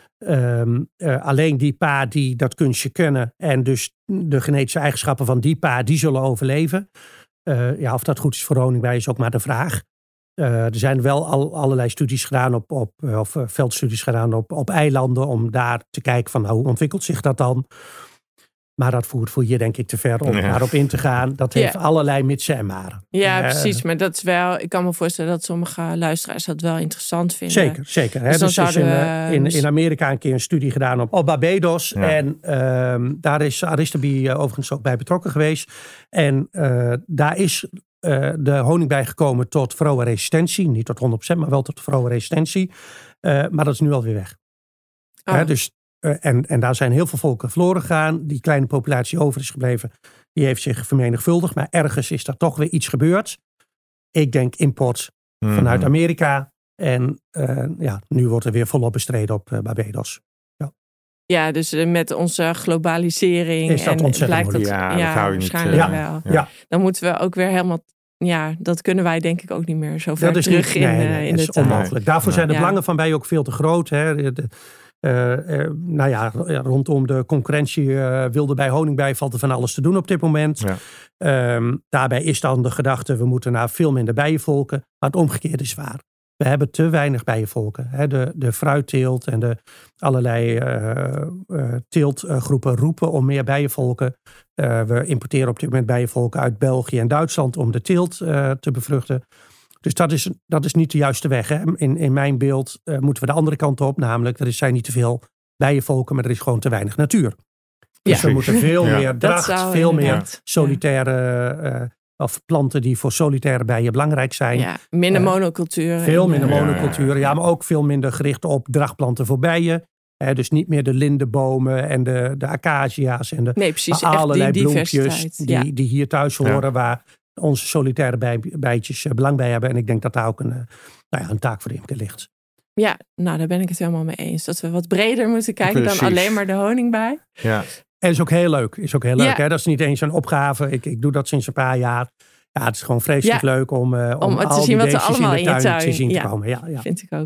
Um, uh, alleen die paar die dat kunstje kunnen. En dus de genetische eigenschappen van die paar, die zullen overleven. Uh, ja, of dat goed is voor honingbij is ook maar de vraag. Uh, er zijn wel al, allerlei studies gedaan op, op of uh, veldstudies gedaan op, op eilanden om daar te kijken van nou, hoe ontwikkelt zich dat dan. Maar dat voert voor je denk ik te ver om ja. daarop in te gaan. Dat heeft ja. allerlei mitsen en maren. Ja, uh, precies. Maar dat is wel. Ik kan me voorstellen dat sommige luisteraars dat wel interessant vinden. Zeker, zeker. Dus, dus er is in, uh, in, in Amerika een keer een studie gedaan op, op Barbados. Ja. En uh, daar is Aristabi uh, overigens ook bij betrokken geweest. En uh, daar is uh, de honingbij gekomen tot vrouwenresistentie. Niet tot honderd procent, maar wel tot vrouwenresistentie. Uh, maar dat is nu alweer weg. Oh. Uh, dus Uh, en, en daar zijn heel veel volken verloren gegaan. Die kleine populatie over is gebleven. Die heeft zich vermenigvuldigd. Maar ergens is er toch weer iets gebeurd. Ik denk import mm-hmm. vanuit Amerika. En uh, ja, nu wordt er weer volop bestreden op uh, Barbados. Ja. ja, dus uh, met onze globalisering. Is dat en ontzettend blijkt dat, ja, ja, dat hou je waarschijnlijk niet, uh, wel. Ja. Ja. Dan moeten we ook weer helemaal... Ja, dat kunnen wij denk ik ook niet meer zo ver terug niet, in, nee, uh, nee, in de is tijd. onmogelijk. Daarvoor ja. zijn de ja. belangen van bijen ook veel te groot. Hè. De, de, Uh, uh, nou ja, rondom de concurrentie uh, wilde bij honingbij valt er van alles te doen op dit moment. Ja. Um, daarbij is dan de gedachte, we moeten naar veel minder bijenvolken. Maar het omgekeerde is waar. We hebben te weinig bijenvolken. Hè. De, de fruitteelt en de allerlei uh, uh, teeltgroepen roepen om meer bijenvolken. Uh, we importeren op dit moment bijenvolken uit België en Duitsland om de teelt uh, te bevruchten. Dus dat is, dat is niet de juiste weg. Hè. In, in mijn beeld uh, moeten we de andere kant op. Namelijk, er zijn niet te veel bijenvolken, maar er is gewoon te weinig natuur. Dus ja. we moeten veel ja. meer dracht, veel inderdaad. meer solitaire uh, of planten die voor solitaire bijen belangrijk zijn. Ja, minder uh, monocultuur. Veel minder ja. monocultuur, ja, maar ook veel minder gericht op drachtplanten voor bijen. Hè, dus niet meer de lindenbomen en de, de acacia's en de nee, precies, allerlei echt die bloempjes die, ja. die hier thuis horen, ja. waar onze solitaire bij, bijtjes belang bij hebben. En ik denk dat daar ook een, nou ja, een taak voor de imker ligt. Ja, nou daar ben ik het helemaal mee eens. Dat we wat breder moeten kijken Precies. dan alleen maar de honingbij. Ja. En is ook heel leuk. Is ook heel leuk. Ja. Hè? Dat is niet eens een opgave. Ik, ik doe dat sinds een paar jaar. Ja, het is gewoon vreselijk ja. leuk om, uh, om, om te zien wat er allemaal in, in je tuin te zien ja. te komen. Ja, ja. Vind ik ook.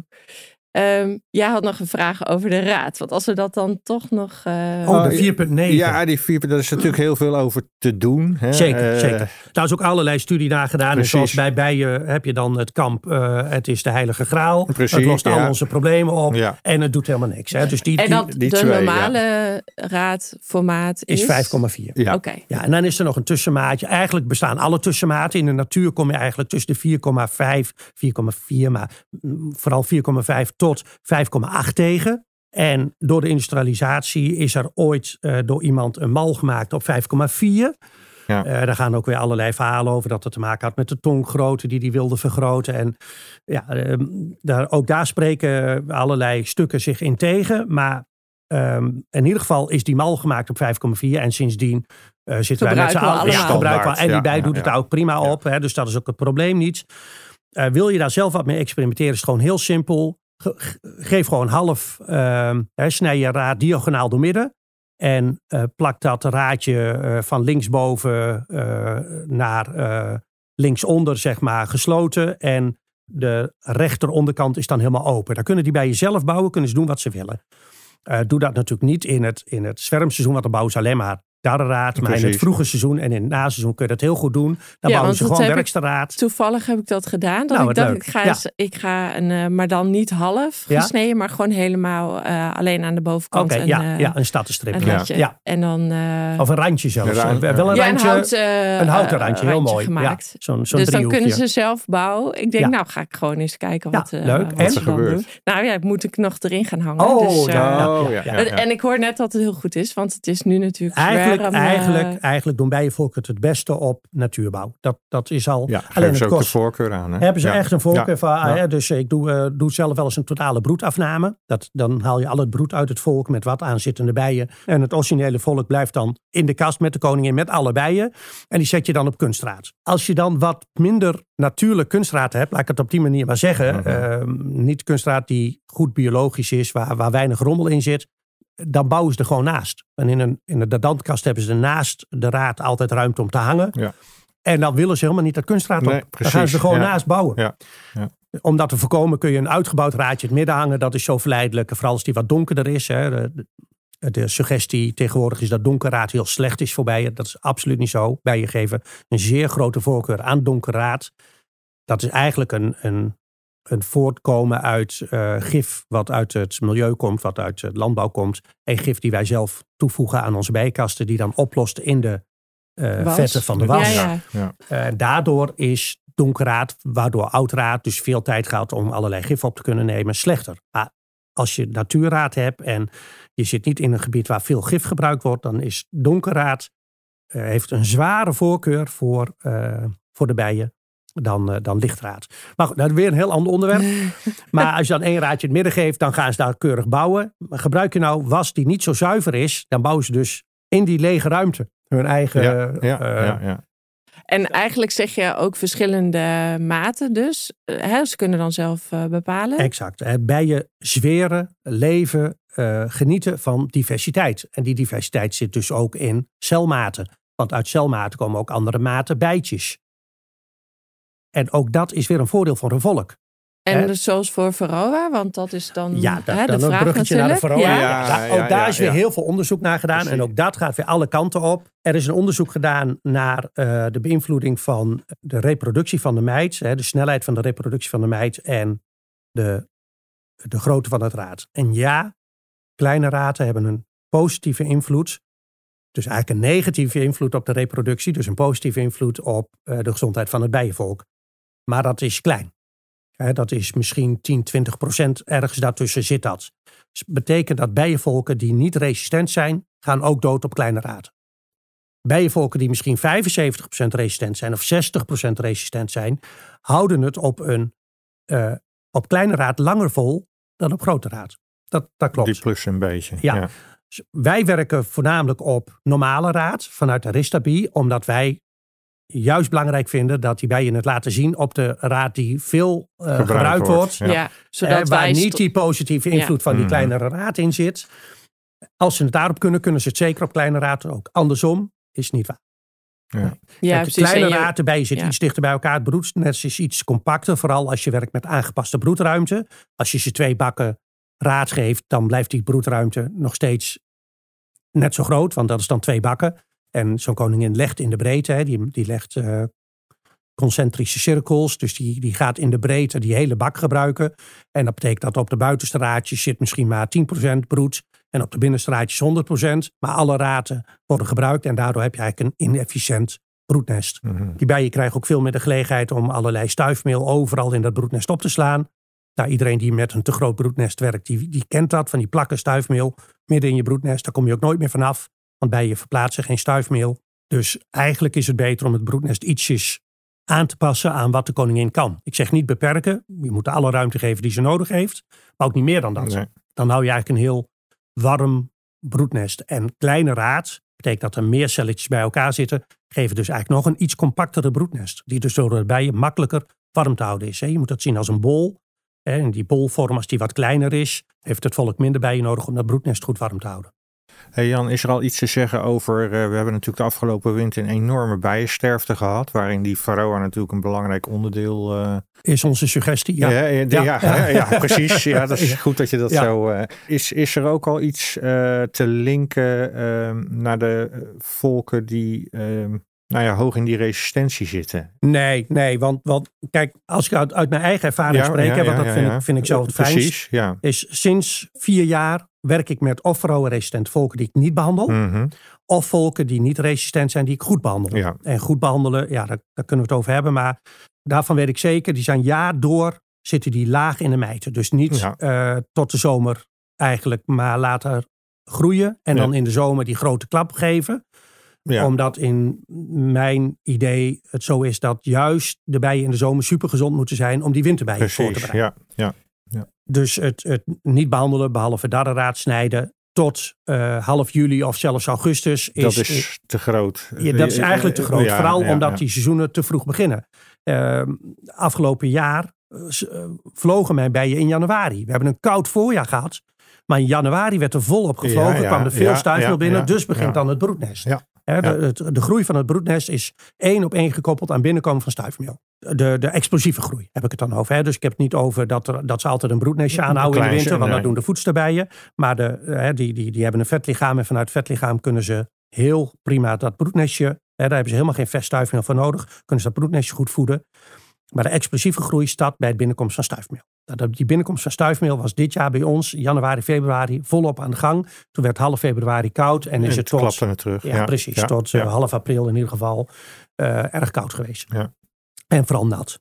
Um, jij had nog een vraag over de raad. Want als we dat dan toch nog... Uh... Oh, de vier punt negen. Ja, die vier punt negen. Daar is natuurlijk heel veel over te doen. Hè? Zeker, uh, zeker. Daar is ook allerlei studie naar gedaan. Precies. En zoals bij bijen heb je dan het kamp. Uh, het is de heilige graal. Precies, het lost ja. al onze problemen op. Ja. En het doet helemaal niks. Hè? Dus die, en dat die, die de twee, normale ja. raadformaat is? Is vijf komma vier. Ja. Oké. Okay. Ja, en dan is er nog een tussenmaatje. Eigenlijk bestaan alle tussenmaten. In de natuur kom je eigenlijk tussen de vier komma vijf, vier komma vier. Maar vooral vier komma vijf tot vijf komma acht tegen. En door de industrialisatie is er ooit uh, door iemand een mal gemaakt op vijf komma vier. Ja. Uh, daar gaan ook weer allerlei verhalen over dat het te maken had met de tonggrootte die die wilde vergroten. En ja, uh, daar, ook daar spreken allerlei stukken zich in tegen. Maar um, in ieder geval is die mal gemaakt op vijf komma vier. En sindsdien uh, zitten wij met z'n allen. Ja, gebruiken we. En die bij ja, doet ja, het ja. ook prima ja. op. Hè, dus dat is ook het probleem niet. Uh, wil je daar zelf wat mee experimenteren, is het gewoon heel simpel. Ge- geef gewoon half, uh, hè, snij je raad diagonaal door midden. En uh, plak dat raadje uh, van linksboven uh, naar uh, linksonder, zeg maar, gesloten. En de rechteronderkant is dan helemaal open. Daar kunnen die bij jezelf bouwen, kunnen ze doen wat ze willen. Uh, doe dat natuurlijk niet in het, in het zwermseizoen, want dan bouwen ze alleen maar darrenraad. Maar in het vroege seizoen en in het naseizoen kun je dat heel goed doen. Dan ja, bouwen ze gewoon werksterraad. Toevallig heb ik dat gedaan. Dat nou, ik dacht, leuk. ik ga, ja. eens, ik ga een, uh, maar dan niet half ja? gesneden, maar gewoon helemaal uh, alleen aan de bovenkant. Oké, okay, ja, uh, ja, een stadtenstrip. Een ja. ja. En dan, uh, of een randje zelfs. Ja, ja, wel een ja, randje. Een, hout, uh, een houten randje, heel mooi. Gemaakt. Ja, zo'n, zo'n dus driehoekje. Dan kunnen ze zelf bouwen. Ik denk, ja. nou ga ik gewoon eens kijken wat, ja, uh, leuk. wat en? ze dan doen. Nou ja, moet ik nog erin gaan hangen. Oh, dus, uh, ja, oh ja, ja, ja. En ik hoor net dat het heel goed is, want het is nu natuurlijk eigenlijk, zwerm, eigenlijk, uh, eigenlijk doen bijenvolken het het beste op natuurbouw. Dat, dat is al... Ja, alleen het ze ook kost, de voorkeur aan. Hè? Hebben ze ja. echt een voorkeur ja. van... Ja. Hè, dus ik doe, uh, doe zelf wel eens een totale broedafname. Dat, dan haal je al het broed uit het volk met wat aanzittende bijen. En het originele volk blijft dan in de kast met de koningin met alle bijen. En die zet je dan op kunstraad. Als je dan wat minder natuurlijk kunstraad hebt, laat ik het op die manier maar zeggen. Uh-huh. Uh, niet kunstraad die goed biologisch is, waar, waar weinig rommel in zit. Dan bouwen ze er gewoon naast. En in, een, in de dandkast hebben ze naast de raad altijd ruimte om te hangen. Ja. En dan willen ze helemaal niet dat kunstraad op. Nee, dan gaan ze er gewoon ja. naast bouwen. Ja. Ja. Om dat te voorkomen kun je een uitgebouwd raadje in het midden hangen. Dat is zo verleidelijk. Vooral als die wat donkerder is. Hè. De, de, de suggestie tegenwoordig is dat donker raad heel slecht is voor bijen. Dat is absoluut niet zo. Bijen geven een zeer grote voorkeur aan donker raad. Dat is eigenlijk een... een een voortkomen uit uh, gif wat uit het milieu komt, wat uit de landbouw komt. En gif die wij zelf toevoegen aan onze bijenkasten, die dan oplost in de uh, vetten van de was. Ja, ja. Uh, daardoor is donkerraad, waardoor oudraad dus veel tijd gaat om allerlei gif op te kunnen nemen, slechter. Maar als je natuurraad hebt en je zit niet in een gebied waar veel gif gebruikt wordt, dan is donkerraad uh, heeft een zware voorkeur voor, uh, voor de bijen dan, uh, dan lichtraad. Maar goed, dat is weer een heel ander onderwerp. Maar als je dan één raadje in het midden geeft, dan gaan ze daar keurig bouwen. Maar gebruik je nou was die niet zo zuiver is, dan bouwen ze dus in die lege ruimte hun eigen... Ja, ja, uh, ja, ja. En eigenlijk zeg je ook verschillende maten dus. Hè, ze kunnen dan zelf uh, bepalen. Exact. Bijen zweren, leven, uh, genieten van diversiteit. En die diversiteit zit dus ook in celmaten. Want uit celmaten komen ook andere maten bijtjes. En ook dat is weer een voordeel voor een volk. En Hè? dus zoals voor Varroa, want dat is dan ja, dat, hè, de dan vraag een bruggetje natuurlijk. naar de Varroa. Ja. Ja, ja, ook ja, daar ja, is weer ja. heel veel onderzoek naar gedaan. Precies. En ook dat gaat weer alle kanten op. Er is een onderzoek gedaan naar uh, de beïnvloeding van de reproductie van de meid. Hè, de snelheid van de reproductie van de meid en de, de grootte van het raad. En ja, kleine raten hebben een positieve invloed. Dus eigenlijk een negatieve invloed op de reproductie. Dus een positieve invloed op uh, de gezondheid van het bijenvolk. Maar dat is klein. He, dat is misschien tien, twintig procent ergens daartussen zit dat. Dus betekent dat bijenvolken die niet resistent zijn, gaan ook dood op kleine raten. Bijenvolken die misschien vijfenzeventig procent resistent zijn of zestig procent resistent zijn, houden het op een uh, op kleine raad langer vol dan op grote raad. Dat, dat klopt. Die plus een beetje. Ja. ja. Dus wij werken voornamelijk op normale raad vanuit de Aristabie, omdat wij juist belangrijk vinden dat die bijen het laten zien op de raad die veel uh, gebruikt, gebruikt wordt. Ja. Ja, zodat uh, waar wij niet die positieve invloed ja. van die mm. kleinere raad in zit. Als ze het daarop kunnen, kunnen ze het zeker op kleine raad ook. Andersom is niet waar. Ja. Nee. Ja, Kijk, de kleine je... raad, de bijen zitten ja. iets dichter bij elkaar. Het broednest is iets compacter. Vooral als je werkt met aangepaste broedruimte. Als je ze twee bakken raad geeft, dan blijft die broedruimte nog steeds net zo groot. Want dat is dan twee bakken. En zo'n koningin legt in de breedte, hè, die, die legt uh, concentrische cirkels. Dus die, die gaat in de breedte die hele bak gebruiken. En dat betekent dat op de buitenste raadjes zit misschien maar tien procent broed. En op de binnenste raadjes honderd procent. Maar alle raten worden gebruikt. En daardoor heb je eigenlijk een inefficiënt broednest. Mm-hmm. Die bijen krijgen ook veel meer de gelegenheid om allerlei stuifmeel overal in dat broednest op te slaan. Nou, iedereen die met een te groot broednest werkt, die, die kent dat. Van die plakken stuifmeel midden in je broednest. Daar kom je ook nooit meer vanaf. Want bijen verplaatsen geen stuifmeel. Dus eigenlijk is het beter om het broednest ietsjes aan te passen aan wat de koningin kan. Ik zeg niet beperken. Je moet alle ruimte geven die ze nodig heeft. Maar ook niet meer dan dat. Nee. Dan hou je eigenlijk een heel warm broednest. En kleine raad betekent dat er meer celletjes bij elkaar zitten. Geven dus eigenlijk nog een iets compactere broednest. Die dus door de bijen makkelijker warm te houden is. Je moet dat zien als een bol. En die bolvorm, als die wat kleiner is, heeft het volk minder bijen nodig om dat broednest goed warm te houden. Hey Jan, is er al iets te zeggen over, uh, we hebben natuurlijk de afgelopen winter een enorme bijensterfte gehad, waarin die Varroa natuurlijk een belangrijk onderdeel uh... is onze suggestie. Ja, ja, ja, ja, ja. ja, ja precies. Ja, dat is goed dat je dat ja. zo... Uh, is, is er ook al iets uh, te linken uh, naar de uh, volken die uh, nou ja, hoog in die resistentie zitten? Nee, nee, want, want kijk, als ik uit, uit mijn eigen ervaring ja, spreek, ja, hè, want ja, dat ja, vind, ja. Ik, vind ik zelf het fijnst, precies, ja. is sinds vier jaar werk ik met of Varroa-resistente volken die ik niet behandel, Mm-hmm. of volken die niet resistent zijn die ik goed behandel. Ja. En goed behandelen, ja, daar, daar kunnen we het over hebben, maar daarvan weet ik zeker, die zijn jaar door, zitten die laag in de mijten. Dus niet ja. uh, tot de zomer eigenlijk, maar later groeien en ja. dan in de zomer die grote klap geven. Ja. Omdat in mijn idee het zo is dat juist de bijen in de zomer super gezond moeten zijn om die winterbijen Precies, voor te bereiden. Ja, ja, ja. Dus het, het niet behandelen, behalve darrenraad snijden, tot uh, half juli of zelfs augustus. Is, dat is te groot. Ja, dat is eigenlijk te groot. Ja, Vooral ja, omdat ja. die seizoenen te vroeg beginnen. Uh, afgelopen jaar uh, vlogen mijn bijen in januari. We hebben een koud voorjaar gehad. Maar in januari werd er volop gevlogen. Ja, ja, kwam er veel ja, stuifmeel ja, binnen. Ja, dus begint ja. dan het broednest. Ja. He, de, ja. de, de groei van het broednest is één op één gekoppeld aan binnenkomen van stuifmeel. De, de explosieve groei heb ik het dan over. He. Dus ik heb het niet over dat, er, dat ze altijd een broednestje aanhouden in de winter. Want nee. dat doen de voedsterbijen. Maar de, he, die, die, die hebben een vetlichaam. En vanuit het vetlichaam kunnen ze heel prima dat broednestje. He, daar hebben ze helemaal geen veststuifmeel voor nodig. Kunnen ze dat broednestje goed voeden. Maar de explosieve groei start bij het binnenkomst van stuifmeel. Die binnenkomst van stuifmeel was dit jaar bij ons, januari, februari, volop aan de gang. Toen werd half februari koud en is en het tot... klapte het terug. Ja, ja precies. Ja, tot ja. Uh, half april in ieder geval uh, erg koud geweest. Ja. En vooral nat.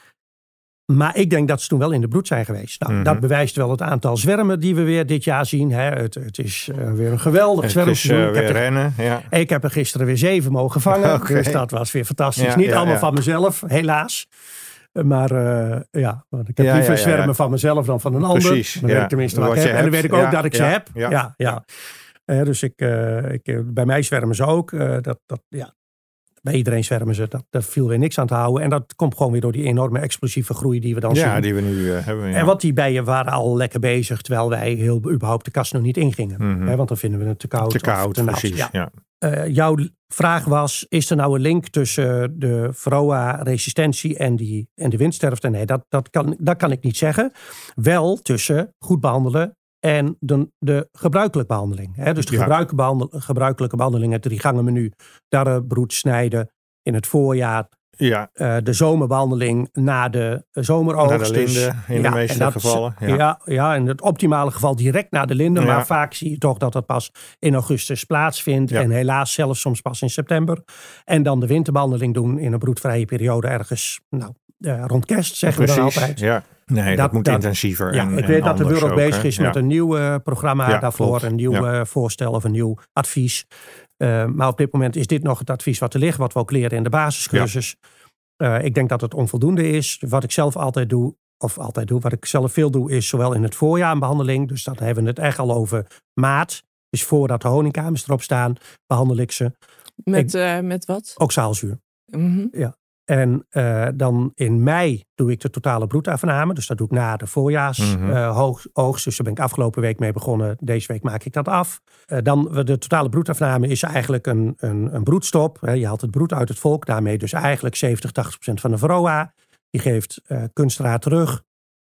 Maar ik denk dat ze toen wel in de broed zijn geweest. Nou, mm-hmm. Dat bewijst wel het aantal zwermen die we weer dit jaar zien. Hè. Het, het is uh, weer een geweldig zwermseizoen. Het is uh, weer er, rennen, ja. Ik heb er gisteren weer zeven mogen vangen. Okay. Dus dat was weer fantastisch. Ja, Niet ja, allemaal ja. van mezelf, helaas. Maar uh, ja, want ik heb ja, liever ja, ja, zwermen ja. van mezelf dan van een ander. Precies. Dan weet ja. ik tenminste wat, wat ik heb. je En dan weet ik ook ja, dat ik ze ja, heb. Ja, ja, ja. Uh, dus ik, uh, ik, bij mij zwermen ze ook. Uh, dat, dat, ja. Bij iedereen zwermen ze. Dat, dat viel weer niks aan te houden. En dat komt gewoon weer door die enorme explosieve groei die we dan ja, zien. Ja, die we nu uh, hebben. Ja. En wat die bijen waren al lekker bezig. Terwijl wij heel überhaupt de kast nog niet ingingen. Mm-hmm. Hè, want dan vinden we het te koud. Te koud, of te nat. precies. Ja. Ja. Uh, jouw vraag was, is er nou een link tussen de varroa-resistentie en, die, en de windsterfte? Nee, dat, dat, kan, dat kan ik niet zeggen. Wel tussen goed behandelen en de, de gebruikelijke behandeling. Hè? Dus de ja. gebruikelijke, behandel, gebruikelijke behandeling, het drie gangen menu, darrenbroed snijden in het voorjaar. Ja. Uh, de zomerbehandeling na de zomeroogst. Na de linde dus, in ja, de meeste dat, gevallen. Ja. Ja, ja, in het optimale geval direct na de linde. Ja. Maar vaak zie je toch dat dat pas in augustus plaatsvindt. Ja. En helaas zelfs soms pas in september. En dan de winterbehandeling doen in een broedvrije periode ergens nou, uh, rond kerst, zeggen Precies, we dan altijd. Ja. Nee, dat, dat moet dat, intensiever. Ja, en, ik weet en dat de Bureau ook bezig is hè? met ja. een nieuw uh, programma ja, daarvoor. Klopt. Een nieuw ja. uh, voorstel of een nieuw advies. Uh, maar op dit moment is dit nog het advies wat er ligt. Wat we ook leren in de basiscursus. Ja. Uh, ik denk dat het onvoldoende is. Wat ik zelf altijd doe, of altijd doe, wat ik zelf veel doe, is zowel in het voorjaar een behandeling. Dus dan hebben we het echt al over maart. Dus voordat de honingkamers erop staan, behandel ik ze. Met, ik, uh, met wat? Oxaalzuur. Mm-hmm. Ja. En uh, dan in mei doe ik de totale broedafname. Dus dat doe ik na de voorjaarsoogst. Mm-hmm. Uh, hoog, oogst. Dus daar ben ik afgelopen week mee begonnen. Deze week maak ik dat af. Uh, dan de totale broedafname is eigenlijk een, een, een broedstop. Uh, je haalt het broed uit het volk. Daarmee dus eigenlijk zeventig, tachtig procent van de varroa. Die geeft uh, kunstraad terug.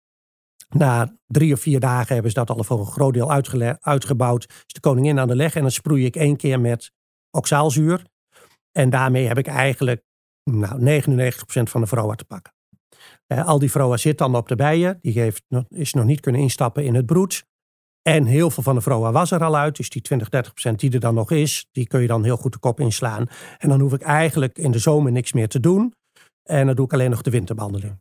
Na drie of vier dagen hebben ze dat al voor een groot deel uitgele- uitgebouwd. Is de koningin aan de leg. En dan sproei ik één keer met oxaalzuur. En daarmee heb ik eigenlijk nou, negenennegentig procent van de varroa te pakken. Uh, al die varroa zit dan op de bijen. Die heeft, is nog niet kunnen instappen in het broed. En heel veel van de varroa was er al uit. Dus die twintig, dertig procent die er dan nog is, die kun je dan heel goed de kop inslaan. En dan hoef ik eigenlijk in de zomer niks meer te doen. En dan doe ik alleen nog de winterbehandeling.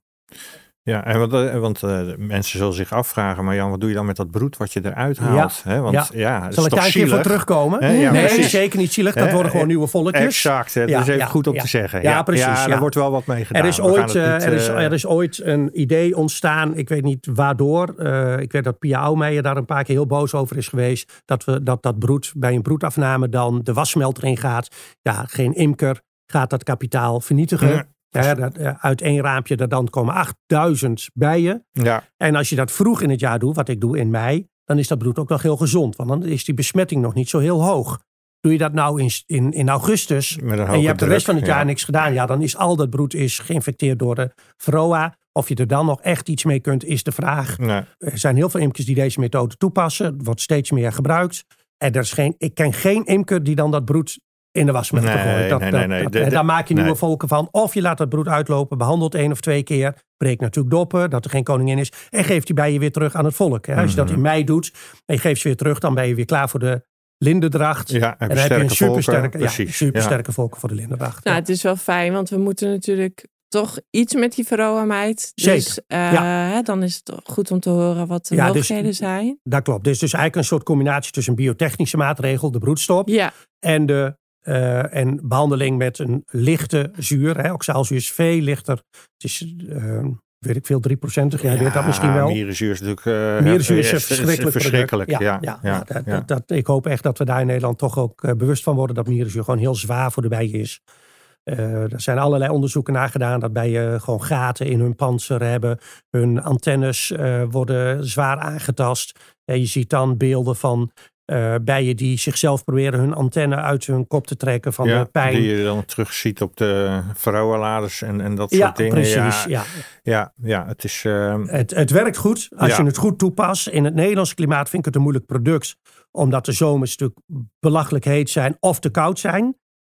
Ja, en want, want uh, mensen zullen zich afvragen, maar Jan, wat doe je dan met dat broed wat je eruit haalt? Ja, He, want, ja. ja, Zal ik daar een keer voor terugkomen? He, ja, nee, precies. zeker niet zielig. Dat He, worden gewoon nieuwe volletjes. Exact, dat ja, is even ja, goed om ja. te zeggen. Ja, ja precies. Ja, ja. daar wordt wel wat mee gedaan. Er is, ooit, niet, uh, er, is, uh, er is ooit een idee ontstaan, ik weet niet waardoor. Uh, ik weet dat Pia Oumeijer daar een paar keer heel boos over is geweest. Dat we, dat, dat broed bij een broedafname dan de wassmelter in gaat. Ja, geen imker gaat dat kapitaal vernietigen. Ja. Ja, dat, uit één raampje er dan komen achtduizend bijen. Ja. En als je dat vroeg in het jaar doet, wat ik doe in mei, dan is dat broed ook nog heel gezond. Want dan is die besmetting nog niet zo heel hoog. Doe je dat nou in, in, in augustus en je hebt de rest van het jaar ja. niks gedaan. Ja, dan is al dat broed is geïnfecteerd door de varroa. Of je er dan nog echt iets mee kunt, is de vraag. Nee. Er zijn heel veel imkers die deze methode toepassen. Het wordt steeds meer gebruikt. En er is geen, ik ken geen imker die dan dat broed in de wasmelter nee, gooit. Dat, nee, dat, nee, nee. dat, De, de, daar maak je nieuwe nee. volken van. Of je laat dat broed uitlopen, behandelt één of twee keer. Breekt natuurlijk doppen, dat er geen koningin is. En geeft die bijen weer terug aan het volk. Hè. Als je dat in mei doet en je geeft ze weer terug, dan ben je weer klaar voor de lindendracht. Ja, en dan heb je een supersterke, ja, volken, supersterke ja. volken voor de lindendracht. Nou, ja. het is wel fijn, want we moeten natuurlijk toch iets met die varroa-meid. Zeker. Dus uh, ja. dan is het goed om te horen wat de ja, mogelijkheden dus, zijn. Dat klopt. Dus, dus eigenlijk een soort combinatie tussen een biotechnische maatregel, de broedstop, ja. en de Uh, en behandeling met een lichte zuur. Hè. Oxaalzuur is veel lichter. Het is, uh, weet ik veel, drie procent. Jij ja, weet dat misschien wel. Mierenzuur is natuurlijk uh, mierenzuur is, is verschrikkelijk. verschrikkelijk ja, ja, ja, ja, ja, ja. Dat, dat, ik hoop echt dat we daar in Nederland toch ook uh, bewust van worden dat mierenzuur gewoon heel zwaar voor de bijen is. Uh, er zijn allerlei onderzoeken naar gedaan dat bijen gewoon gaten in hun pantser hebben. Hun antennes uh, worden zwaar aangetast. Uh, je ziet dan beelden van Uh, bijen die zichzelf proberen hun antenne uit hun kop te trekken van ja, de pijn. Die je dan terug ziet op de varroa-laders en, en dat soort ja, dingen. Precies, ja, ja, ja, ja, het is... Uh... Het, het werkt goed als ja. je het goed toepast. In het Nederlandse klimaat vind ik het een moeilijk product. Omdat de zomers natuurlijk belachelijk heet zijn of te koud zijn.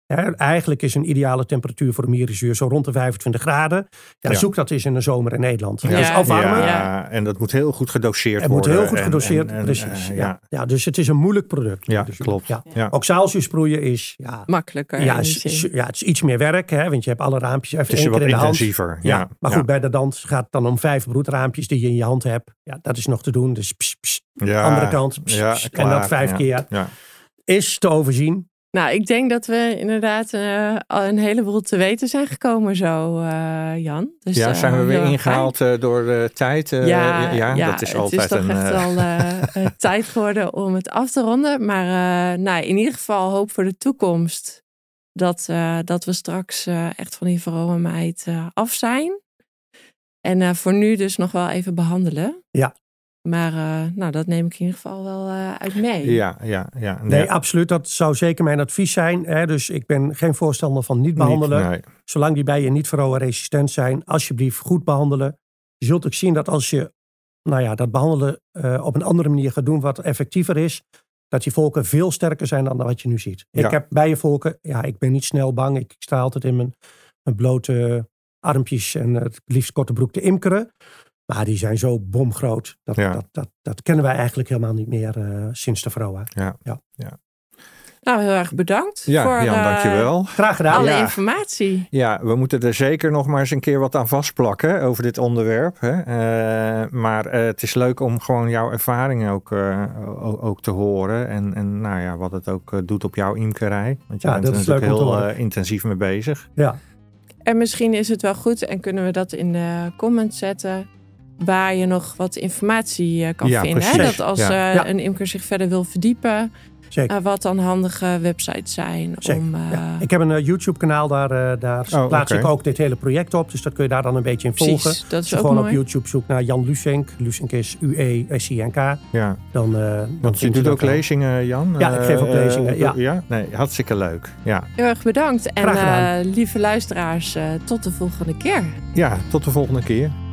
Hè, eigenlijk is een ideale temperatuur voor een mierenzuur zo rond de vijfentwintig graden. Ja, Ja. Zoek dat eens in de zomer in Nederland. Ja. Dus afwarmen. Ja. Ja, en dat moet heel goed gedoseerd Het moet worden. heel goed en- gedoseerd, en- en, precies. eh, ja. ja. Ja, dus het is een moeilijk product. Ja, Dus, klopt. Ja. Ja. Ook zaalzuur sproeien is, ja, Makkelijker. ja, in die is, zin. ja, het is iets meer werk. Hè, want je hebt alle raampjes even Het is één wat keer in de hand. intensiever. Ja, Ja, maar ja. goed, bij de dans gaat het dan om vijf broedraampjes die je in je hand hebt. Ja, dat is nog te doen. Dus pss, pss, Ja, andere kant. Pss, ja, pss, en klaar. dat vijf Ja. keer. Ja. Is te overzien. Nou, ik denk dat we inderdaad uh, al een heleboel te weten zijn gekomen zo, uh, Jan. Dus, Ja, uh, zijn we heel weer erg ingehaald uh, door de tijd? Uh, ja, ja, ja, dat is het altijd is toch een... echt uh, wel uh, uh, tijd geworden om het af te ronden. Maar uh, nou, in ieder geval hoop voor de toekomst dat, uh, dat we straks uh, echt van die verromenheid uh, af zijn. En uh, voor nu dus nog wel even behandelen. Ja. Maar uh, nou, dat neem ik in ieder geval wel uh, uit mee. Ja, ja, ja. Nee, nee, absoluut. Dat zou zeker mijn advies zijn. Hè? Dus ik ben geen voorstander van niet behandelen. Niet, nee. Zolang die bijen niet verroa-resistent zijn, alsjeblieft goed behandelen. Je zult ook zien dat als je nou ja, dat behandelen uh, op een andere manier gaat doen, wat effectiever is, dat die volken veel sterker zijn dan wat je nu ziet. Ja. Ik heb bijenvolken, ja, ik ben niet snel bang. Ik sta altijd in mijn, mijn blote armpjes en uh, het liefst korte broek te imkeren. Maar die zijn zo bomgroot. Dat, ja. dat, dat, dat kennen wij eigenlijk helemaal niet meer uh, sinds de verroa. Ja. Ja. Ja. Nou, heel erg bedankt ja, voor Jan, dankjewel. Uh, Graag gedaan. alle ja. informatie. Ja, we moeten er zeker nog maar eens een keer wat aan vastplakken over dit onderwerp. Hè? Uh, maar uh, het is leuk om gewoon jouw ervaringen ook, uh, ook te horen. En, en nou ja, wat het ook uh, doet op jouw imkerij. Want je ja, bent dat er is natuurlijk leuk heel uh, intensief mee bezig. Ja. En misschien is het wel goed en kunnen we dat in de comments zetten, waar je nog wat informatie uh, kan ja, vinden. Hè? Dat als ja. Uh, ja. een imker zich verder wil verdiepen, uh, wat dan handige websites zijn. Om, uh... ja. Ik heb een uh, YouTube kanaal, daar, uh, daar oh, plaats okay. ik ook dit hele project op. Dus dat kun je daar dan een beetje in volgen. Precies, dat is dus ook gewoon mooi. op YouTube zoek naar Jan Lusink. Lusink is U E S I N K. Ja. Dan, uh, Want je doet ook al. lezingen, Jan? Ja, ik geef ook lezingen. Uh, ja. ja, nee, hartstikke leuk. Ja. Heel erg bedankt. En uh, lieve luisteraars, uh, tot de volgende keer. Ja, tot de volgende keer.